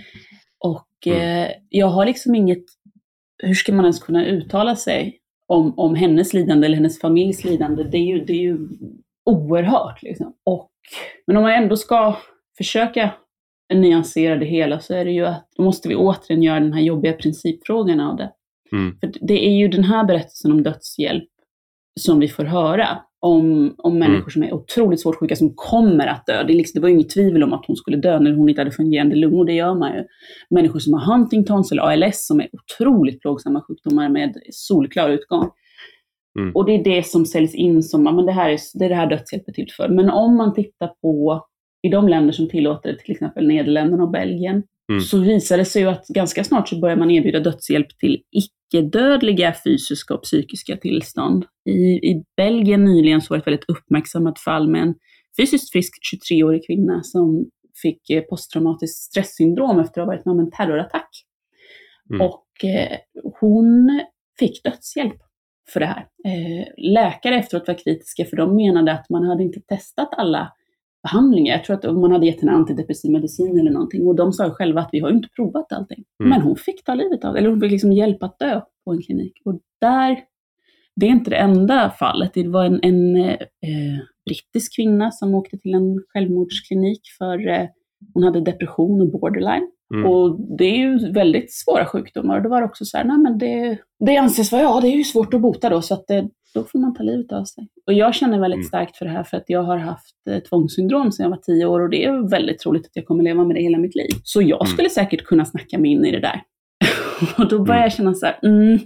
Och eh, jag har liksom inget, hur ska man ens kunna uttala sig om, om hennes lidande eller hennes familjs lidande? Det är ju, det är ju oerhört liksom. Och, men om man ändå ska försöka nyansera det hela, så är det ju att då måste vi återigen göra den här jobbiga principfrågan av det. Mm. För det är ju den här berättelsen om dödshjälp som vi får höra om, om människor mm. som är otroligt svårt sjuka, som kommer att dö. Det, är liksom, det var ju inget tvivel om att hon skulle dö när hon inte hade fungerande lungor, det gör man ju. Människor som har Huntingtons eller A L S, som är otroligt plågsamma sjukdomar med solklar utgång. Mm. Och det är det som säljs in som, men det här är det, är det här dödshjälp till för. Men om man tittar på i de länder som tillåter det, till exempel Nederländerna och Belgien, mm. så visar det sig ju att ganska snart så börjar man erbjuda dödshjälp till icke-dödliga fysiska och psykiska tillstånd. I, I Belgien nyligen så var det ett väldigt uppmärksammat fall med en fysiskt frisk tjugotre-årig kvinna som fick posttraumatiskt stresssyndrom efter att ha varit med om en terrorattack. Mm. Och eh, hon fick dödshjälp för det här. Eh, läkare efteråt var kritiska, för de menade att man hade inte testat alla behandlingar. Jag tror att man hade gett en antidepressiv medicin eller någonting. Och de sa själva att vi har ju inte provat allting. Mm. Men hon fick ta livet av, eller hon fick liksom hjälp att dö på en klinik. Och där, det är inte det enda fallet. Det var en, en eh, brittisk kvinna som åkte till en självmordsklinik för eh, hon hade depression och borderline. Mm. Och det är ju väldigt svåra sjukdomar. Och det var också så här, nej men det, det anses vara, ja det är ju svårt att bota då, så att det, då får man ta livet av sig. Och jag känner väldigt mm. starkt för det här, för att jag har haft eh, tvångssyndrom sedan jag var tio år, och det är väldigt troligt att jag kommer leva med det hela mitt liv. Så jag mm. skulle säkert kunna snacka mig in i det där. Och då börjar jag känna så här, mm,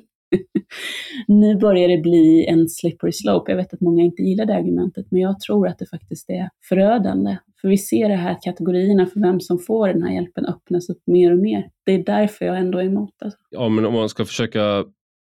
nu börjar det bli en slippery slope. Jag vet att många inte gillar det argumentet, men jag tror att det faktiskt är förödande. För vi ser det här att kategorierna för vem som får den här hjälpen öppnas upp mer och mer. Det är därför jag ändå är emot det. Ja, men om man ska försöka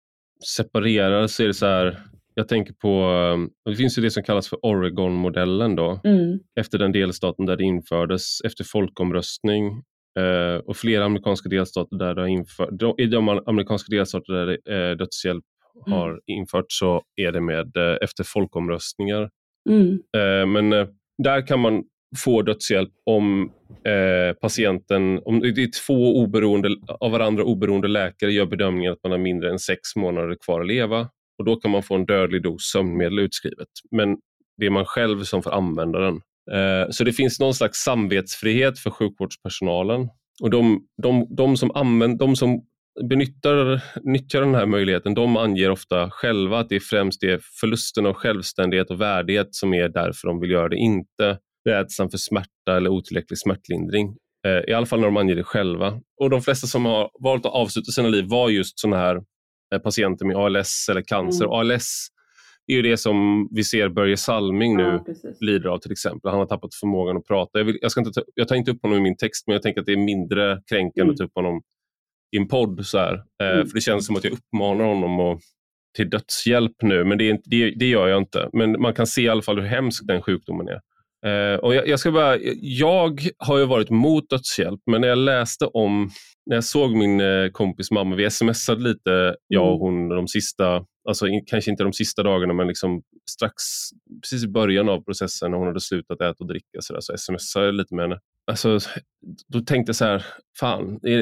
separera så är det så här, jag tänker på, det finns ju det som kallas för Oregon-modellen då. Mm. Efter den delstaten där det infördes efter folkomröstning. Uh, och flera amerikanska delstater där det har infört, i de amerikanska delstater där det, uh, dödshjälp mm. har infört, så är det med uh, efter folkomröstningar. Mm. Uh, men uh, där kan man få dödshjälp om uh, patienten, om det är två oberoende, av varandra oberoende läkare gör bedömningen att man har mindre än sex månader kvar att leva, och då kan man få en dödlig dos sömnmedel utskrivet. Men det är man själv som får använda den. Så det finns någon slags samvetsfrihet för sjukvårdspersonalen, och de, de, de som, använder, de som benyttar, nyttjar den här möjligheten, de anger ofta själva att det är främst det förlusten av självständighet och värdighet som är därför de vill göra det, inte rädslan för smärta eller otillräcklig smärtlindring. I alla fall när de anger det själva. Och de flesta som har valt att avsluta sina liv var just sådana här patienter med A L S eller cancer. Mm. A L S är ju det som vi ser Börje Salming nu ja, lider av till exempel. Han har tappat förmågan att prata. Jag, vill, jag, ska inte ta, jag tar inte upp honom i min text, men jag tänker att det är mindre kränkande mm. att ta upp honom i en podd. Så här. Mm. Eh, för det känns som att jag uppmanar honom att, till dödshjälp nu. Men det, är inte, det, det gör jag inte. Men man kan se i alla fall hur hemsk den sjukdomen är. Eh, och jag, jag, ska bara, jag har ju varit mot dödshjälp, men när jag läste om, när jag såg min eh, kompis mamma, vi smsade lite, jag och hon de sista, alltså in, kanske inte de sista dagarna, men liksom strax, precis i början av processen när hon hade slutat äta och dricka så, där, så smsade jag lite med henne. Alltså, då tänkte jag så här, fan, är,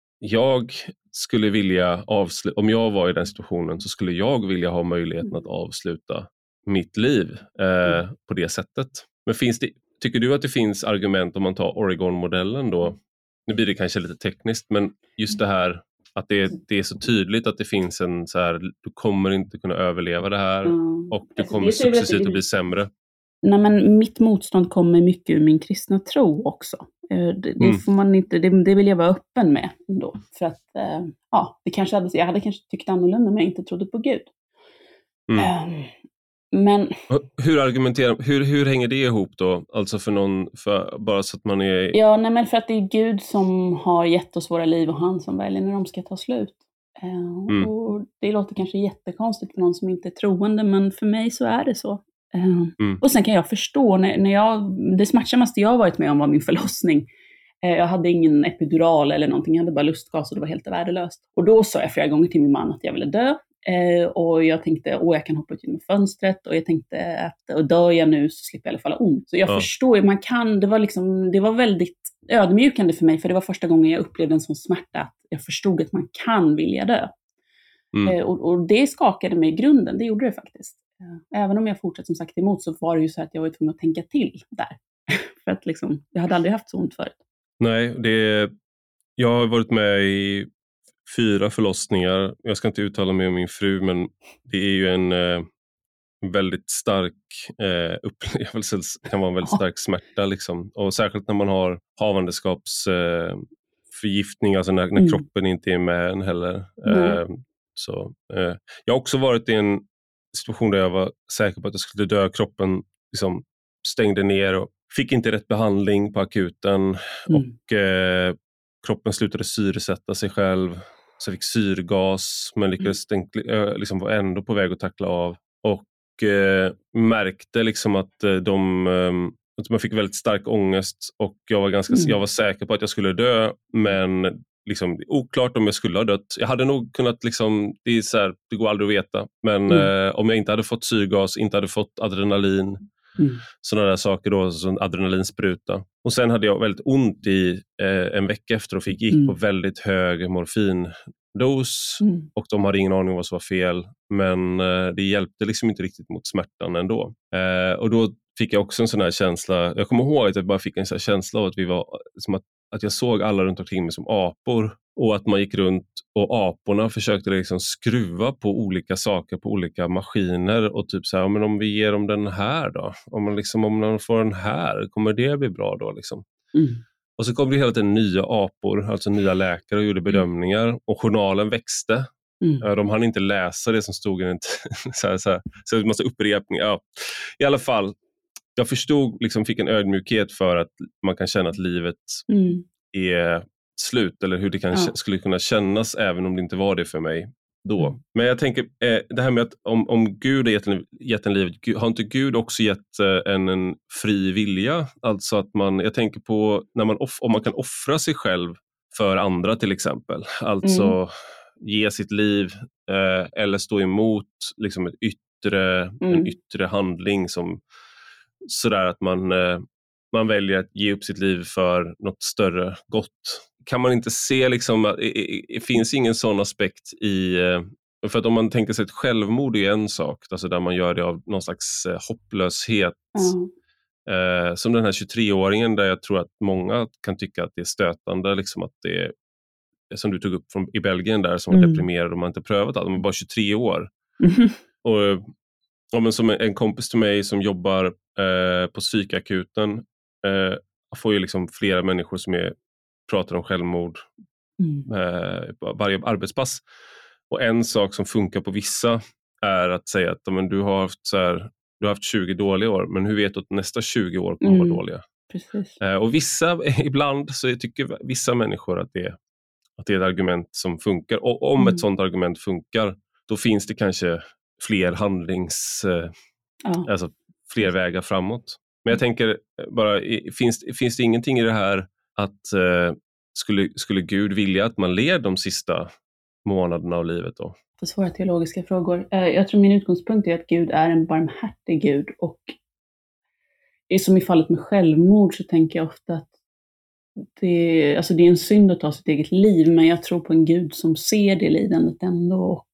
jag skulle vilja avsluta, om jag var i den situationen så skulle jag vilja ha möjligheten att avsluta mitt liv eh, på det sättet. Men finns det, tycker du att det finns argument om man tar Oregon-modellen då? Nu blir det kanske lite tekniskt, men just det här att det, det är så tydligt att det finns en så här, du kommer inte kunna överleva det här mm. och du kommer alltså, successivt att bli sämre. Nej, men mitt motstånd kommer mycket ur min kristna tro också. Det, det, mm. får man inte, det, det vill jag vara öppen med då. För att ja, det kanske hade, jag hade kanske tyckt annorlunda om jag inte trodde på Gud. Mm. Um, Men... Hur argumenterar, hur, hur hänger det ihop då? Alltså för någon, för, bara så att man är... Ja, nej, men för att det är Gud som har gett oss våra liv och han som väljer när de ska ta slut. Uh, mm. Och det låter kanske jättekonstigt för någon som inte är troende, men för mig så är det så. Uh, mm. Och sen kan jag förstå, när, när jag, det smärtsammaste jag har varit med om var min förlossning. Jag hade ingen epidural eller någonting, jag hade bara lustgas och det var helt värdelöst. Och då sa jag flera gånger till min man att jag ville dö. Eh, och jag tänkte, åh jag kan hoppa ut genom fönstret. Och jag tänkte att och dör jag nu så slipper jag i alla fall ha ont. Så jag ja. förstår, man kan, det var, liksom, det var väldigt ödmjukande för mig. För det var första gången jag upplevde en sån smärta. Att jag förstod att man kan vilja dö. Mm. Eh, och, och det skakade mig i grunden, det gjorde det faktiskt. Eh, även om jag fortsatte som sagt emot så var det ju så att jag var tvungen att tänka till där. För att liksom, jag hade aldrig haft så ont förut. Nej, det, jag har varit med i fyra förlossningar. Jag ska inte uttala mig om min fru, men det är ju en eh, väldigt stark eh, upplevelse. Det kan vara en väldigt ja. stark smärta. Liksom. Och särskilt när man har havandeskapsförgiftning, eh, alltså när, när mm. kroppen inte är med en heller. Eh, så, eh, jag har också varit i en situation där jag var säker på att jag skulle dö. Kroppen liksom stängde ner och fick inte rätt behandling på akuten. Mm. Och eh, kroppen slutade syresätta sig själv. Så jag fick syrgas, men lyckades mm. tänk, liksom var ändå på väg att tackla av. Och eh, märkte liksom att de, eh, att man fick väldigt stark ångest. Och jag var, ganska, mm. jag var säker på att jag skulle dö, men liksom, oklart om jag skulle ha dött. Jag hade nog kunnat, liksom, det, är så här, det går aldrig att veta. Men mm. eh, om jag inte hade fått syrgas, inte hade fått adrenalin, Mm. sådana där saker då, som adrenalinspruta. Och sen hade jag väldigt ont i eh, en vecka efter och fick gick mm. på väldigt hög morfindos mm. och de hade ingen aning om vad som var fel, men eh, det hjälpte liksom inte riktigt mot smärtan ändå. Eh, och då fick jag också en sån här känsla, jag kommer ihåg att jag bara fick en sån här känsla av att vi var som att, att jag såg alla runt omkring mig som apor och att man gick runt och aporna försökte liksom skruva på olika saker, på olika maskiner och typ så här, men om vi ger dem den här då, om man liksom, om man får den här, kommer det bli bra då liksom? Mm. Och så kom det hela tiden nya apor, alltså nya läkare och gjorde bedömningar och journalen växte. Mm. De hann inte läsa det som stod i en så här, så här, så en massa upprepningar. Ja. I alla fall, jag förstod, liksom fick en ödmjukhet för att man kan känna att livet mm. är slut, eller hur det kan, ja. skulle kunna kännas även om det inte var det för mig då. Mm. Men jag tänker, eh, det här med att om, om Gud har gett en, gett en livet, har inte Gud också gett eh, en, en fri vilja? Alltså att man, jag tänker på när man off, om man kan offra sig själv för andra till exempel. Alltså mm. ge sitt liv eh, eller stå emot liksom ett yttre, mm. en yttre handling som sådär att man, eh, man väljer att ge upp sitt liv för något större gott. Kan man inte se liksom att det finns ingen sån aspekt i, för att om man tänker sig ett självmord är en sak, alltså där man gör det av någon slags hopplöshet. Mm. Eh, som den här tjugotre-åringen där jag tror att många kan tycka att det är stötande, liksom att det är, som du tog upp från, i Belgien där som mm. var deprimerad och man inte prövat allt, de var bara tjugotre år. Mm. Och ja, men som en kompis till mig som jobbar eh, på psykakuten eh, får ju liksom flera människor som är pratar om självmord mm. eh, på varje arbetspass. Och en sak som funkar på vissa är att säga att men, du, har haft, så här, du har haft tjugo dåliga år, men hur vet du att nästa tjugo år kommer mm. vara dåliga? Precis. Eh, och vissa, ibland så tycker vissa människor att det, att det är ett argument som funkar. Och om mm. ett sådant argument funkar, då finns det kanske fler handlings... Eh, ja. Alltså fler vägar framåt. Men jag tänker bara, finns, finns det ingenting i det här att eh, skulle, skulle Gud vilja att man led de sista månaderna av livet då? För svåra teologiska frågor. Eh, jag tror min utgångspunkt är att Gud är en barmhärtig Gud, och det är som i fallet med självmord så tänker jag ofta att det, alltså det är en synd att ta sitt eget liv, men jag tror på en Gud som ser det lidandet ändå och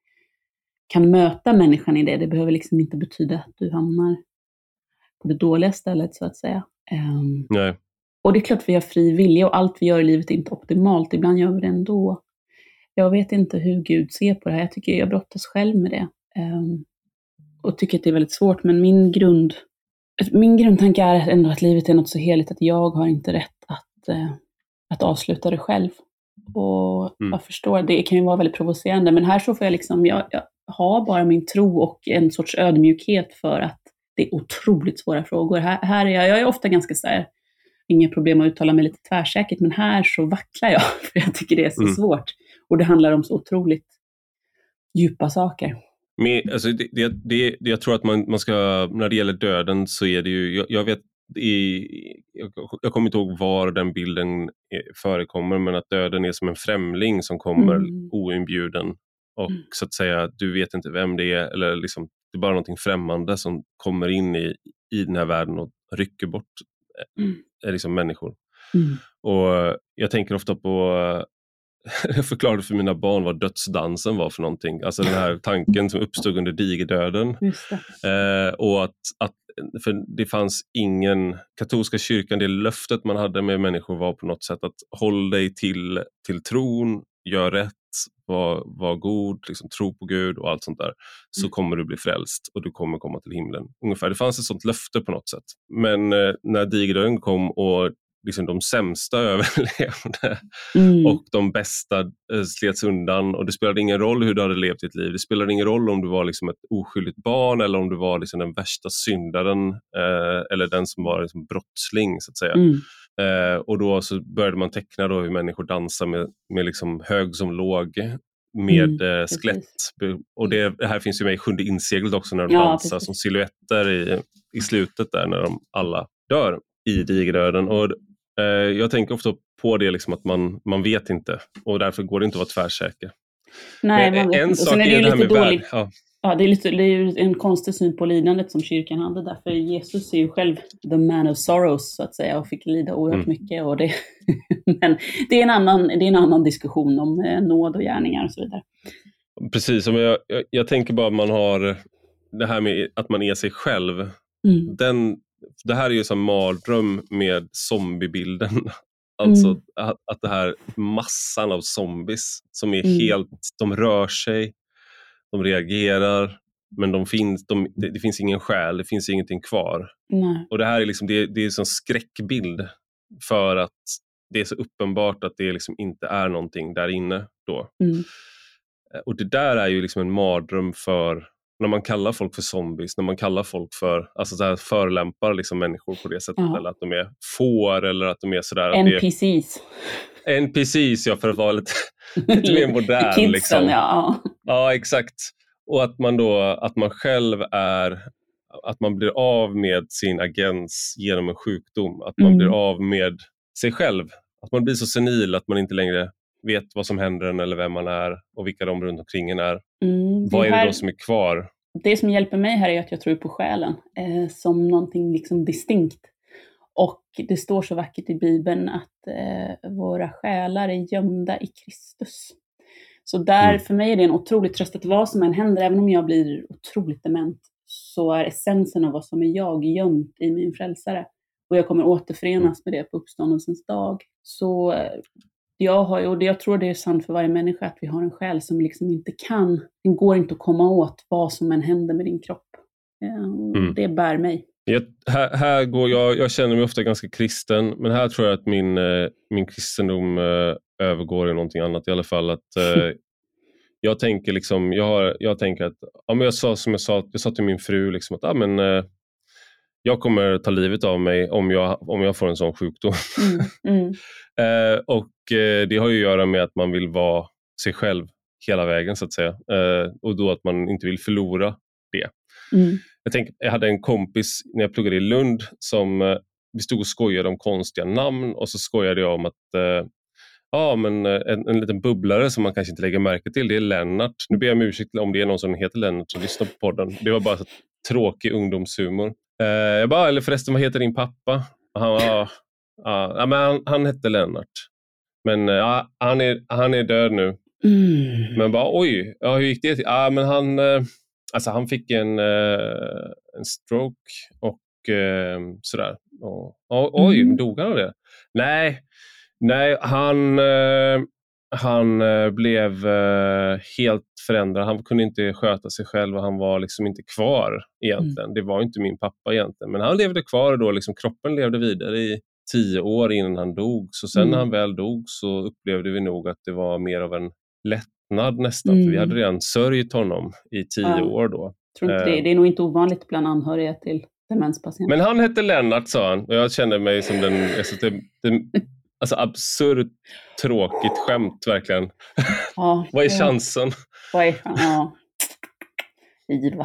kan möta människan i det. Det behöver liksom inte betyda att du hamnar på det dåliga stället så att säga. Um, Nej. Och det är klart att vi har fri vilja och allt vi gör i livet är inte optimalt. Ibland gör vi det ändå. Jag vet inte hur Gud ser på det här. Jag tycker jag brottas själv med det. Um, och tycker att det är väldigt svårt. Men min grund, min grundtanke är ändå att livet är något så heligt att jag har inte rätt att, uh, att avsluta det själv. Och mm. jag förstår, det kan ju vara väldigt provocerande. Men här så får jag liksom, jag, jag har bara min tro och en sorts ödmjukhet för att det är otroligt svåra frågor. Här, här är jag, jag är ofta ganska så här, inga problem att uttala mig lite tvärsäkert, men här så vacklar jag, för jag tycker det är så mm. svårt. Och det handlar om så otroligt djupa saker. Men, alltså, det, det, det, jag tror att man, man ska, när det gäller döden så är det ju, jag, jag vet i, jag, jag kommer inte ihåg var den bilden förekommer, men att döden är som en främling som kommer mm. oinbjuden och mm. så att säga, du vet inte vem det är, eller liksom, det är bara någonting främmande som kommer in i, i den här världen och rycker bort mm. liksom människor. Mm. Och jag tänker ofta på jag förklarade för mina barn vad dödsdansen var för någonting. Alltså den här tanken som uppstod under digerdöden. Eh, och att, att för det fanns ingen, katolska kyrkan, det löftet man hade med människor var på något sätt att håll dig till, till tron, gör rätt, var, var god, liksom, tro på Gud och allt sånt där. Så mm. kommer du bli frälst och du kommer komma till himlen. Ungefär, det fanns ett sånt löfte på något sätt. Men eh, när digerdöden kom och liksom de sämsta överlevde mm. och de bästa eh, slets undan, och det spelade ingen roll hur du hade levt ditt liv. Det spelade ingen roll om du var liksom ett oskyldigt barn eller om du var liksom den värsta syndaren eh, eller den som var liksom brottsling så att säga. Mm. Eh, och då så började man teckna då hur människor dansar med, med liksom hög som låg med mm, eh, skelett. Och det, det här finns ju med i Sjunde inseglet också när de ja, dansar precis. Som silhuetter i, i slutet där när de alla dör i digerdöden. Och eh, jag tänker ofta på det liksom att man, man vet inte och därför går det inte att vara tvärsäker. Nej, men, man vet en inte. sak är, är det det här med dåligt. värld. Ja. Ja, det är, lite, det är ju en konstig syn på lidandet som kyrkan hade där. För Jesus är ju själv the man of sorrows så att säga och fick lida oerhört mm. mycket. Och det, men det är, en annan, det är en annan diskussion om eh, nåd och gärningar och så vidare. Precis, men jag, jag, jag tänker bara att man har det här med att man är sig själv. Mm. Den, det här är ju som mardröm med zombiebilden. Alltså mm. att, att det här massan av zombies som är mm. helt, de rör sig. De reagerar, men de finns, de, det, det finns ingen själ, det finns ingenting kvar. Nej. Och det här är liksom, det, det är en sån skräckbild för att det är så uppenbart att det liksom inte är någonting där inne då. Mm. Och det där är ju liksom en mardröm för när man kallar folk för zombies, när man kallar folk för, alltså så här förolämpar liksom människor på det sättet, ja. Eller att de är får eller att de är sådär. N P Cs. N P Cs, ja, för att vara lite, lite mer modern. Kidsen, liksom. ja. Ja, exakt. Och att man då, att man själv är, att man blir av med sin agens genom en sjukdom. Att man mm. blir av med sig själv. Att man blir så senil att man inte längre vet vad som händer en eller vem man är och vilka de runt omkring en är. Mm, vad är det här, då som är kvar? Det som hjälper mig här är att jag tror på själen eh, som någonting liksom distinkt. Och det står så vackert i Bibeln att eh, våra själar är gömda i Kristus. Så där mm. för mig är det en otrolig tröst att vad som än händer, även om jag blir otroligt dement, så är essensen av vad som är jag gömt i min frälsare. Och jag kommer återförenas med det på uppståndelsens dag. Så jag, har, och det, jag tror det är sant för varje människa att vi har en själ som liksom inte kan, den går inte att komma åt vad som än händer med din kropp. Mm. Det bär mig. Jag, här, här går jag, jag känner mig ofta ganska kristen, men här tror jag att min, eh, min kristendom eh, övergår i någonting annat i alla fall. Att, eh, jag tänker liksom, jag, har, jag tänker att, ja, men jag sa som jag sa, jag sa till min fru liksom att ja, men, eh, jag kommer ta livet av mig om jag, om jag får en sån sjukdom. Mm, mm. eh, och eh, det har ju att göra med att man vill vara sig själv hela vägen så att säga. Eh, och då att man inte vill förlora det. Mm. Jag, tänk, jag hade en kompis när jag pluggade i Lund som eh, vi stod och skojade om konstiga namn och så skojade jag om att eh, ja, men en, en liten bubblare som man kanske inte lägger märke till, det är Lennart. Nu ber jag om ursäkt om det är någon som heter Lennart som lyssnar på podden. Det var bara så tråkig ungdomshumor. Eh, jag bara, eller förresten, vad heter din pappa? Han, ah, ah, ja, men han, han hette Lennart. Men ja, han, är, han är död nu. Mm. Men bara, oj, ja, hur gick det till? Ja, men han... Eh, Alltså han fick en, uh, en stroke och uh, sådär. Och, och, oj, mm. dog han av det? Nej, nej han, uh, han uh, blev uh, helt förändrad. Han kunde inte sköta sig själv och han var liksom inte kvar egentligen. Mm. Det var inte min pappa egentligen. Men han levde kvar då, liksom, kroppen levde vidare i tio år innan han dog. Så sen mm. när han väl dog så upplevde vi nog att det var mer av en lätt nästan, mm. för vi hade redan sörjt honom i tio ja. år då. Tror inte det. det är nog inte ovanligt bland anhöriga till demenspatienter. Men han hette Lennart, sa han. Och jag kände mig som den, alltså, det, det, alltså absurt tråkigt skämt, verkligen. Ja, vad är chansen? Vad är chansen? Ja. Ivar.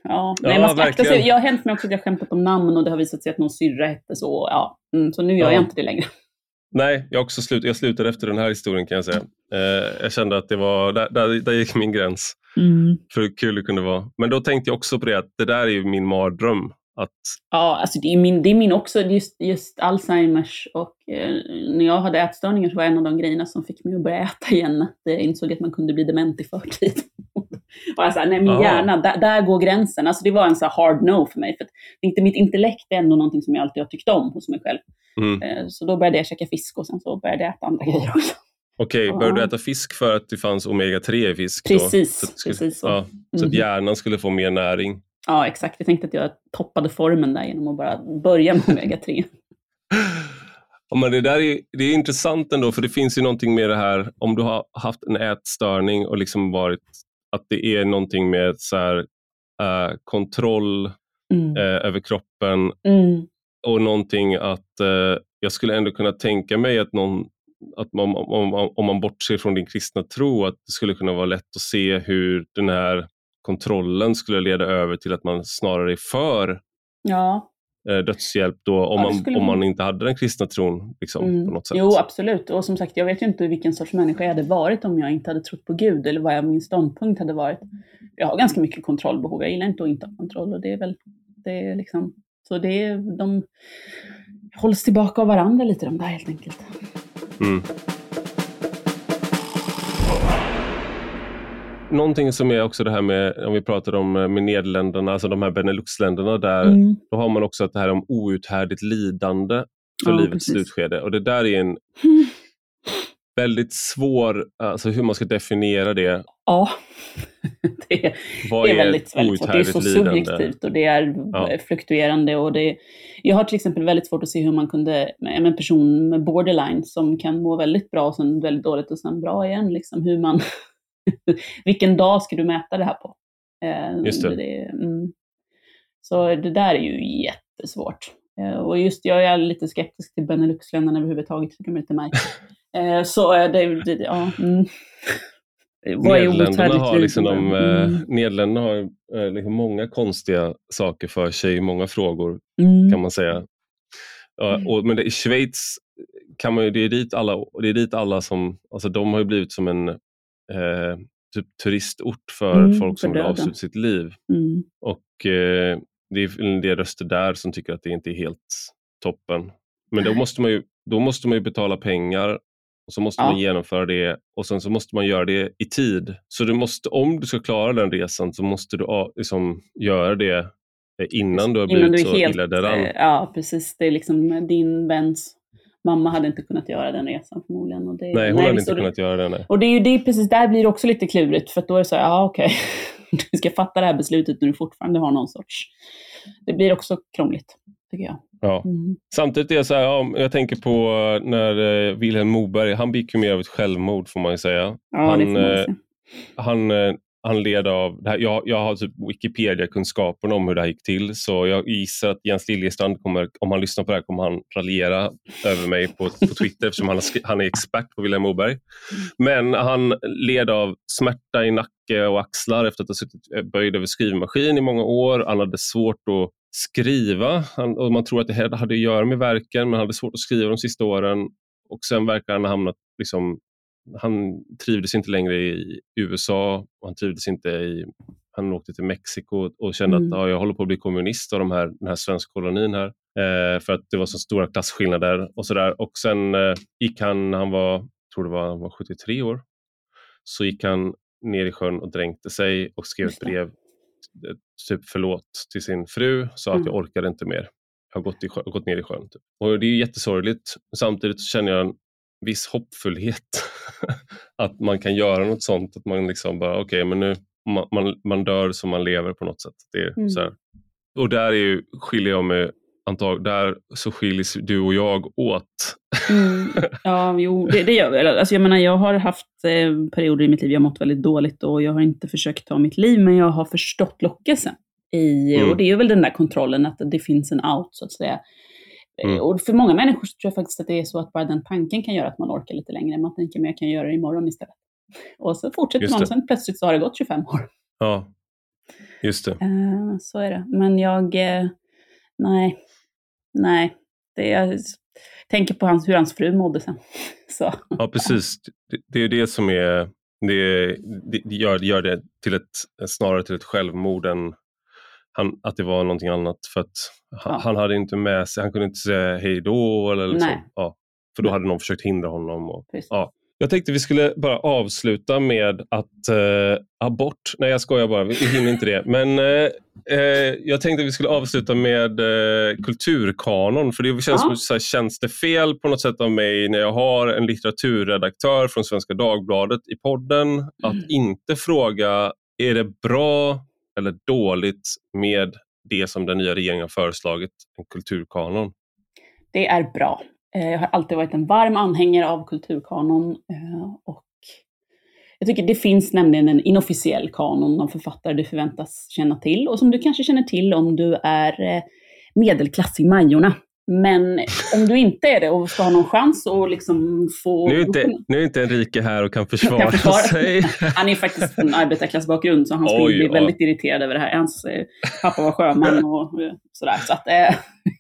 Ja, Ja, nej, man ska akta sig. verkligen. Jag har hänt mig också att jag skämtat om namn och det har visat sig att någon syrra hette så. Ja. Mm, så nu gör Ja. jag inte det längre. Nej, jag, också slut, jag slutade efter den här historien kan jag säga. Eh, jag kände att det var, där, där, där gick min gräns. Mm. För hur kul det kunde vara. Men då tänkte jag också på det att det där är ju min mardröm. Att, Ja, alltså det är min, det är min också, just, just Alzheimers och eh, när jag hade ätstörningar så var en av de grejerna som fick mig att börja äta igen att jag insåg att man kunde bli dement i förtid. Och jag sa, nej min Aha. hjärna, där, där går gränsen. Alltså det var en så här hard no för mig. För att inte, mitt intellekt är ändå någonting som jag alltid har tyckt om hos mig själv. mm. Eh, så då började jag käka fisk och sen så började jag äta andra grejer också. Okej, Ja. började du äta fisk för att det fanns omega tre i fisk? Precis, då? Så, att det skulle, precis så. Ja, så att Mhm. hjärnan skulle få mer näring. Ja, exakt. Jag tänkte att jag toppade formen där genom att bara börja med omega tre. Ja, men det där är, det är intressant ändå, för det finns ju någonting med det här, om du har haft en ätstörning och liksom varit, att det är någonting med så här, äh, kontroll Mm. äh, över kroppen Mm. och någonting att äh, jag skulle ändå kunna tänka mig att någon, att man, om, om, om man bortser från din kristna tro, att det skulle kunna vara lätt att se hur den här kontrollen skulle leda över till att man snarare är för Ja. eh, dödshjälp då, om, Ja, det man, skulle om man- man inte hade den kristna tron liksom, Mm. på något sätt. Jo, absolut. Och som sagt, jag vet ju inte vilken sorts människa jag hade varit om jag inte hade trott på Gud, eller vad jag, min ståndpunkt hade varit. Jag har ganska mycket kontrollbehov. Jag gillar inte att inte ha kontroll, och det är väl, det är liksom, så det är, de hålls tillbaka av varandra lite, de där helt enkelt. Mm. Någonting som är också det här med, om vi pratar om med Nederländerna, alltså de här Benelux-länderna där, Mm. då har man också att det här om outhärdligt lidande för Ja, livets precis. slutskede. Och det där är en väldigt svår, alltså hur man ska definiera det. Ja, det är, Vad det är är väldigt, väldigt svårt. Det är så lidande? subjektivt och det är Ja. fluktuerande. Och det, jag har till exempel väldigt svårt att se hur man kunde, med en person med borderline som kan må väldigt bra och sen väldigt dåligt och sen bra igen. Liksom hur man, vilken dag ska du mäta det här på? Eh, Just det. det mm. Så det där är ju jättesvårt. Eh, och just jag är lite skeptisk till Benelux-länderna överhuvudtaget, så kan man inte mig. Eh, så är det, det ja. Mm. Vad är Nederländerna outhärdligt har, liksom de, lidande? eh, Mm. Nederländerna har eh, liksom många konstiga saker för sig i många frågor, Mm. kan man säga. Ja, Mm. och, men det, i Schweiz kan man ju, det är dit alla, det är dit alla som, alltså de har ju blivit som en eh, typ turistort för Mm, folk för som vill döden. avsluta sitt liv. Mm. Och eh, det är en del röster där som tycker att det inte är helt toppen. Men då måste man ju, då måste man ju betala pengar och så måste Ja. man genomföra det och sen så måste man göra det i tid. Så du måste, om du ska klara den resan så måste du ah, liksom, göra det eh, innan du har Innan blivit du är så helt, illa däran. eh, ja, precis. Det är liksom din väns mamma hade inte kunnat göra den resan förmodligen. Och det, Nej, hon hade så inte det, kunnat göra det. Nej. Och det är ju det, precis där blir det också lite klurigt, för att då är det så här, ja okej, du ska fatta det här beslutet när du fortfarande har någon sorts, det blir också krångligt, tycker jag. Ja. Mm. Samtidigt är det så här, ja, jag tänker på när eh, Vilhelm Moberg, han begick ju mer av ett självmord får man ju säga. Ja, han, det får man eh, säga. han, eh, han led av, det här, jag, jag har typ Wikipedia-kunskapen om hur det här gick till, så jag gissar att Jens Liljestrand kommer, om han lyssnar på det här kommer han raljera över mig på, på Twitter eftersom han, har, skri- han är expert på Vilhelm Moberg. Men han led av smärta i nacke och axlar efter att ha suttit böjd över skrivmaskin i många år. Han hade svårt att skriva han, och man tror att det hade att göra med verken, men han hade svårt att skriva de sista åren och sen verkar han ha hamnat liksom, han trivdes inte längre i U S A och han trivdes inte i, han åkte till Mexiko och kände Mm. att ja, jag håller på att bli kommunist av de här, den här svenska kolonin här eh, för att det var så stora klasskillnader och sådär. Och sen eh, gick han, han var, tror det var, han var sjuttiotre år, så gick han ner i sjön och dränkte sig och skrev ett brev, typ förlåt till sin fru, sa Mm. att jag orkade inte mer. Jag har gått, i sjö, gått ner i sjön. Typ. Och det är jättesorgligt. Samtidigt så känner jag en viss hoppfullhet att man kan göra något sånt. Att man liksom bara, okej, okay, men nu man, man, man dör som man lever på något sätt. Det är Mm. så här. Och där är ju, skiljer jag mig, antag, där så skiljs du och jag åt. Mm. Ja, jo, det, det gör vi. Alltså, jag menar, jag har haft eh, perioder i mitt liv jag har mått väldigt dåligt och jag har inte försökt ta mitt liv, men jag har förstått lockelsen. I, Mm. Och det är väl den där kontrollen att det finns en out, så att säga. Mm. Och för många människor så tror jag faktiskt att det är så att bara den tanken kan göra att man orkar lite längre. Man tänker, men jag kan göra det imorgon istället. Och så fortsätter Just man det. och sen plötsligt så har det gått tjugofem år. Ja. Just det. Uh, så är det. Men jag, uh, nej, nej. Det är, jag tänker på hans, hur hans fru mådde sen. Så. Ja, precis. Det, det är det som är, det, det gör, gör det till ett, snarare till ett självmord än han, att det var någonting annat. För att han, ja. han hade inte med sig, han kunde inte säga hej då. Eller liksom, ja, för då hade någon försökt hindra honom. Och, ja. Jag tänkte vi skulle bara avsluta med att eh, abort, nej jag skojar bara, vi hinner inte det. Men eh, eh, jag tänkte vi skulle avsluta med eh, kulturkanon. För det känns ja. som så här, känns det fel på något sätt av mig när jag har en litteraturredaktör från Svenska Dagbladet i podden mm. att inte fråga, är det bra eller dåligt med det som den nya regeringen har föreslagit, en kulturkanon? Det är bra. Jag har alltid varit en varm anhängare av kulturkanon och jag tycker det finns nämligen en inofficiell kanon av författare du förväntas känna till och som du kanske känner till om du är medelklass i Majorna. Men om du inte är det och ska ha någon chans att liksom få... Nu är inte, nu är inte Enrique här och kan försvara, kan försvara. sig. Han är faktiskt från arbetarklassbakgrund så han skulle oj, bli oj. väldigt irriterad över det här. Hans eh, pappa var sjöman och sådär. Så att, eh,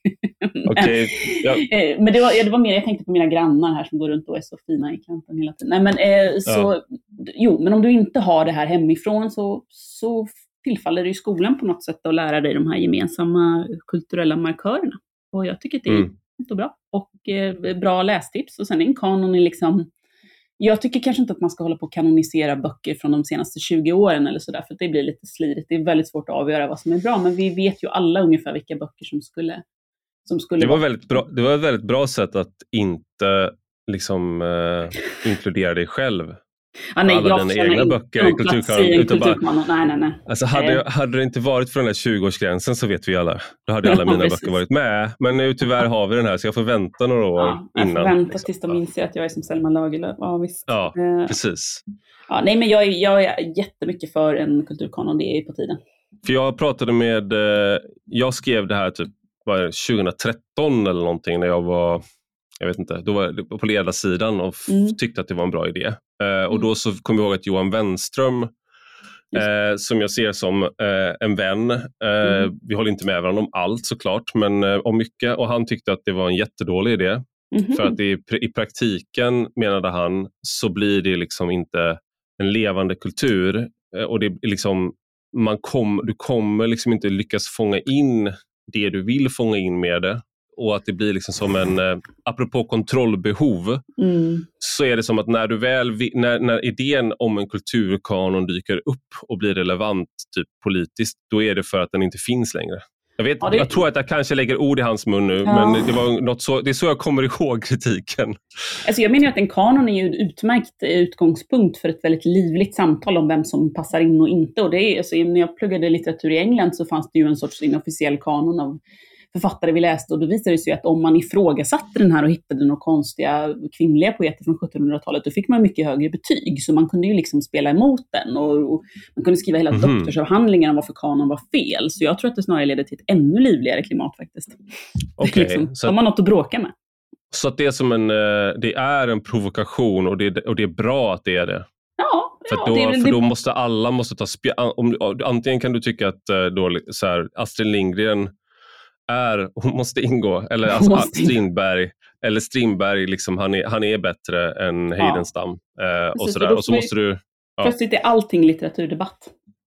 okay. ja. men det var, det var mer, jag tänkte på mina grannar här som går runt och är så fina i kanten hela tiden. Nej, men, eh, så, ja. Jo, men om du inte har det här hemifrån så, så tillfaller det ju skolan på något sätt att lära dig de här gemensamma kulturella markörerna. Och jag tycker att det är mm. bra. Och eh, bra lästips. Och sen en kanon är liksom... Jag tycker kanske inte att man ska hålla på att kanonisera böcker från de senaste tjugo åren eller sådär. För det blir lite slirigt. Det är väldigt svårt att avgöra vad som är bra. Men vi vet ju alla ungefär vilka böcker som skulle, som skulle det var vara... Väldigt bra, det var ett väldigt bra sätt att inte liksom eh, inkludera dig själv. Ja, nej, alla dina egna böcker i kulturkanon. kulturkanon. Nej, nej, nej. Alltså hade, hade det inte varit för den där tjugo-årsgränsen så vet vi alla. Då hade alla mina böcker varit med. Men nu tyvärr har vi den här så jag får vänta några år ja, innan. Jag får vänta liksom. tills de inser att jag är som Selma Lagerlöf. Ja, visst. Ja, eh, precis. Ja, nej, men jag, jag är jättemycket för en kulturkanon. Det är på tiden. För jag pratade med, eh, jag skrev det här typ var det, tjugohundratretton eller någonting när jag var... Jag vet inte, då var jag på ledarsidan och f- mm. tyckte att det var en bra idé. Eh, och då så kom jag ihåg att Johan Wenström, eh, som jag ser som eh, en vän, eh, mm. vi håller inte med varandra om allt såklart, men eh, om mycket. Och han tyckte att det var en jättedålig idé. Mm. För att det, i praktiken, menade han, så blir det liksom inte en levande kultur. Eh, och det är liksom, man kom, du kommer liksom inte lyckas fånga in det du vill fånga in med det. Och att det blir liksom som en, eh, apropå kontrollbehov, mm. så är det som att när du väl, när, när idén om en kulturkanon dyker upp och blir relevant typ politiskt, då är det för att den inte finns längre. Jag, vet, ja, det... jag tror att jag kanske lägger ord i hans mun nu, ja. men det, var något så, det är så jag kommer ihåg kritiken. Alltså jag menar att en kanon är ju en utmärkt utgångspunkt för ett väldigt livligt samtal om vem som passar in och inte. Och det är, alltså, när jag pluggade litteratur i England så fanns det ju en sorts inofficiell kanon av författare vi läste och då visade det sig att om man ifrågasatte den här och hittade några konstiga kvinnliga poeter från sjuttonhundratalet då fick man mycket högre betyg så man kunde ju liksom spela emot den och, och man kunde skriva hela mm-hmm. doktorsavhandlingar om varför kanon var fel så jag tror att det snarare leder till ett ännu livligare klimat faktiskt. Okej. Okay, liksom, så har man något att bråka med. Så att det är som en det är en provokation och det, och det är bra att det är det. Ja, för, ja, då, det, för det, då måste alla måste ta spj- om, antingen kan du tycka att då, så här, Astrid Lindgren är, hon måste ingå eller alltså måste Strindberg eller Strindberg liksom, han, är, han är bättre än Heidenstam ja. eh, och sådär och så måste du ja. Plötsligt är allting litteraturdebatt.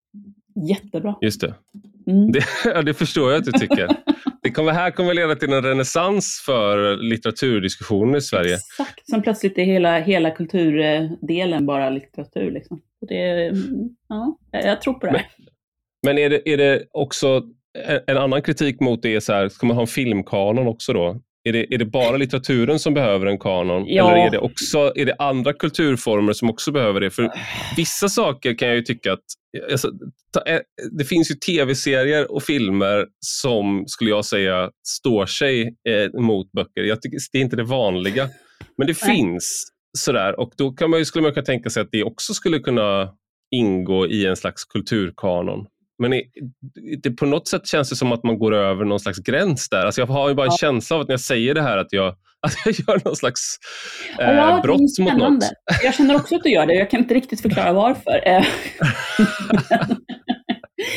Jättebra. Just det. Mm. det ja, det förstår jag att du tycker. Det kommer, här kommer leda till en renässans för litteraturdiskussioner i Sverige. Exakt, som plötsligt är hela, hela kulturdelen bara litteratur liksom. Det, ja, jag tror på det här. Men, men är, det, är det också en annan kritik mot det är så här, ska man ha en filmkanon också då? Är det, är det bara litteraturen som behöver en kanon? Ja. Eller är det också är det andra kulturformer som också behöver det? För vissa saker kan jag ju tycka att alltså, ta, det finns ju tv-serier och filmer som skulle jag säga står sig eh, mot böcker. Jag tycker det är inte det vanliga. Men det Nej. finns sådär och då kan man ju, skulle man kunna tänka sig att det också skulle kunna ingå i en slags kulturkanon. Men det, på något sätt känns det som att man går över någon slags gräns där. Alltså jag har ju bara en ja. känsla av att när jag säger det här att jag, att jag gör någon slags eh, ja, brott mot något. Jag känner också att du gör det. Jag kan inte riktigt förklara varför.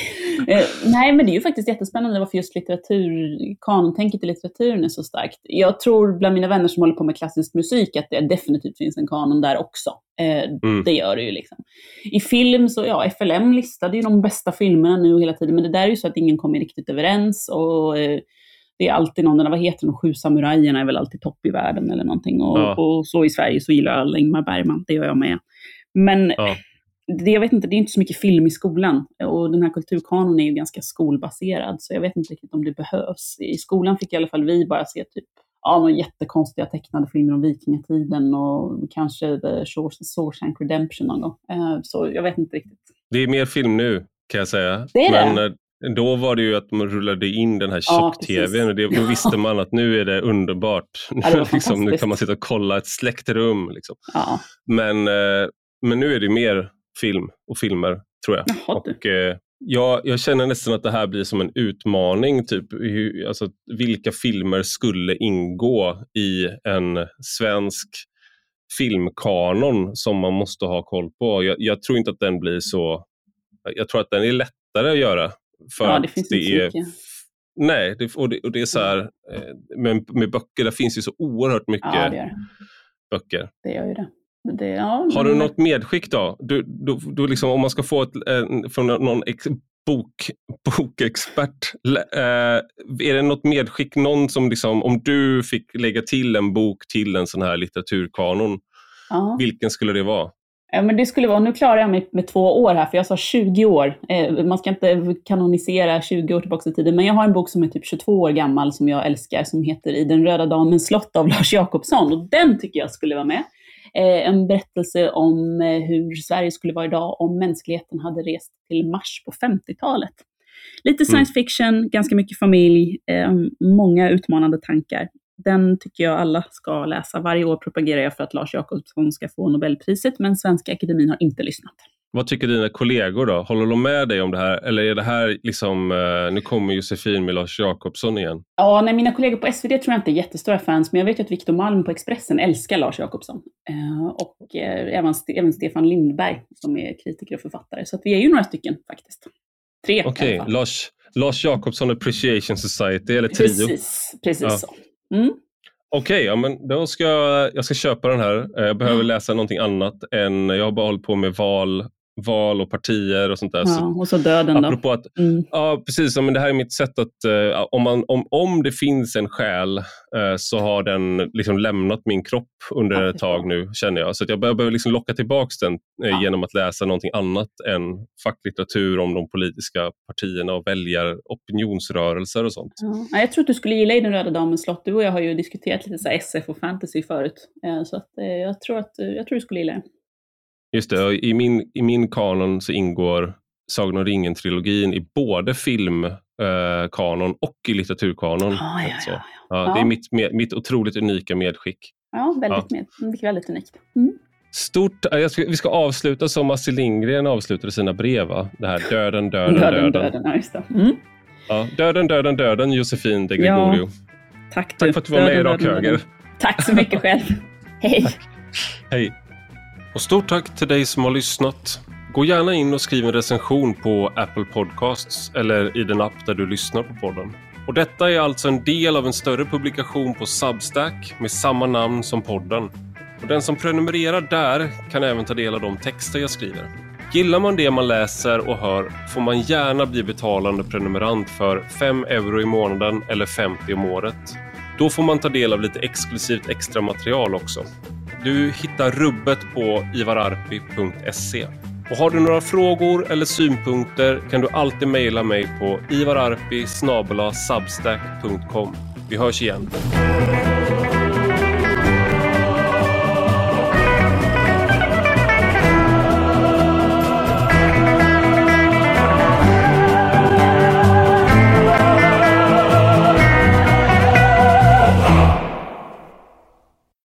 eh, nej, men det är ju faktiskt jättespännande varför just litteratur, kanontänket i litteraturen är så starkt. Jag tror bland mina vänner som håller på med klassisk musik att det definitivt finns en kanon där också. Eh, mm. Det gör det ju liksom. I film så, ja, F L M listade ju de bästa filmerna nu hela tiden, men det där är ju så att ingen kommer riktigt överens och eh, det är alltid någon, vad heter de, Sju samurajerna är väl alltid topp i världen eller någonting. Och, ja. och så i Sverige så gillar alla Ingmar Bergman, det gör jag med. Men ja. det, jag vet inte, det är inte så mycket film i skolan. Och den här kulturkanon är ju ganska skolbaserad. Så jag vet inte riktigt om det behövs. I skolan fick i alla fall vi bara se typ ja, några jättekonstiga tecknade filmer om vikingatiden. Och kanske The Shawshank Redemption någon gång. Så jag vet inte riktigt. Det är mer film nu kan jag säga. Det är Men, det. Då var det ju att man rullade in den här tjock-tvn ja, och det, då visste man att nu är det underbart. Ja, det liksom, nu kan man sitta och kolla ett släckt rum. Liksom. Ja. Men, eh, men nu är det mer film och filmer, tror jag. Jaha, och, eh, jag, jag känner nästan att det här blir som en utmaning. Typ, hur, alltså, vilka filmer skulle ingå i en svensk filmkanon som man måste ha koll på? Jag, jag tror inte att den blir så... Jag tror att den är lättare att göra. För ja, det finns det inte är, mycket. Nej, det, och, det, och det är så här, med, med böcker, där finns ju så oerhört mycket ja, det gör det. böcker. Det gör ju det. det ja, Har du något medskick då? Du, du, du liksom, om man ska få ett, en, från någon ex, bok, bokexpert, äh, är det något medskick, någon som liksom, om du fick lägga till en bok till en sån här litteraturkanon, ja. Vilken skulle det vara? Ja, men det skulle vara, nu klarar jag mig med två år här, för jag sa tjugo år. Eh, man ska inte kanonisera tjugo år tillbaka i tiden, men jag har en bok som är typ tjugotvå år gammal som jag älskar, som heter I den röda damens slott av Lars Jacobsson, och den tycker jag skulle vara med. Eh, en berättelse om eh, hur Sverige skulle vara idag om mänskligheten hade rest till Mars på femtiotalet. Lite science fiction, ganska mycket familj, eh, många utmanande tankar. Den tycker jag alla ska läsa. Varje år propagerar jag för att Lars Jacobsson ska få Nobelpriset, men Svenska Akademin har inte lyssnat. Vad tycker dina kollegor då? Håller de med dig om det här? Eller är det här liksom, nu kommer Josefin med Lars Jacobsson igen? Ja, nej, mina kollegor på S V D tror jag inte är jättestora fans, men jag vet att Victor Malm på Expressen älskar Lars Jacobsson. Eh, och eh, även, även Stefan Lindberg som är kritiker och författare. Så att vi är ju några stycken faktiskt. Tre. Okej, okay. Lars, Lars Jacobsson Appreciation Society eller trio? Precis, precis ja. så. Mm. Okej, okay, ja, men då ska jag, jag ska köpa den här. Jag behöver mm. läsa någonting annat än, jag har bara hållit på med val, val och partier och sånt där. Ja, så, och så döden apropå då. Att, mm. Ja, precis. Men det här är mitt sätt att, uh, om, man, om, om det finns en själ uh, så har den liksom lämnat min kropp under ja, ett tag nu, känner jag. Så att jag behöver liksom locka tillbaka den uh, ja. genom att läsa någonting annat än facklitteratur om de politiska partierna och väljar opinionsrörelser och sånt. Ja. Jag tror att du skulle gilla I den röda damens slott. Du och jag har ju diskuterat lite så här S F och fantasy förut. Uh, så att, uh, jag, tror att, uh, jag tror du skulle gilla det. Just det, i min, i min kanon så ingår Sagan om ringen-trilogin i både filmkanon eh, och i litteraturkanon. Ah, ja, ja, ja. Ja, ja. Det är mitt, med, mitt otroligt unika medskick. Ja, väldigt, ja. Med, väldigt unikt. Mm. Stort, jag ska, vi ska avsluta som Astrid Lindgren avslutade sina brev. Va? Det här döden, döden, döden. Döden, döden, ja, just det. Mm. Ja, döden, döden, döden, Josefin de Gregorio. Ja, tack, tack för att du var döden, med i Rak Höger. Döden. Tack så mycket själv. Hej. Tack. Hej. Och stort tack till dig som har lyssnat. Gå gärna in och skriv en recension på Apple Podcasts eller i den app där du lyssnar på podden. Och detta är alltså en del av en större publikation på Substack med samma namn som podden. Och den som prenumererar där kan även ta del av de texter jag skriver. Gillar man det man läser och hör får man gärna bli betalande prenumerant för fem euro i månaden eller femtio om året. Då får man ta del av lite exklusivt extra material också. Du hittar rubbet på ivararpi punkt se. Och har du några frågor eller synpunkter kan du alltid mejla mig på ivararpi snabel-a substack punkt com. Vi hörs igen.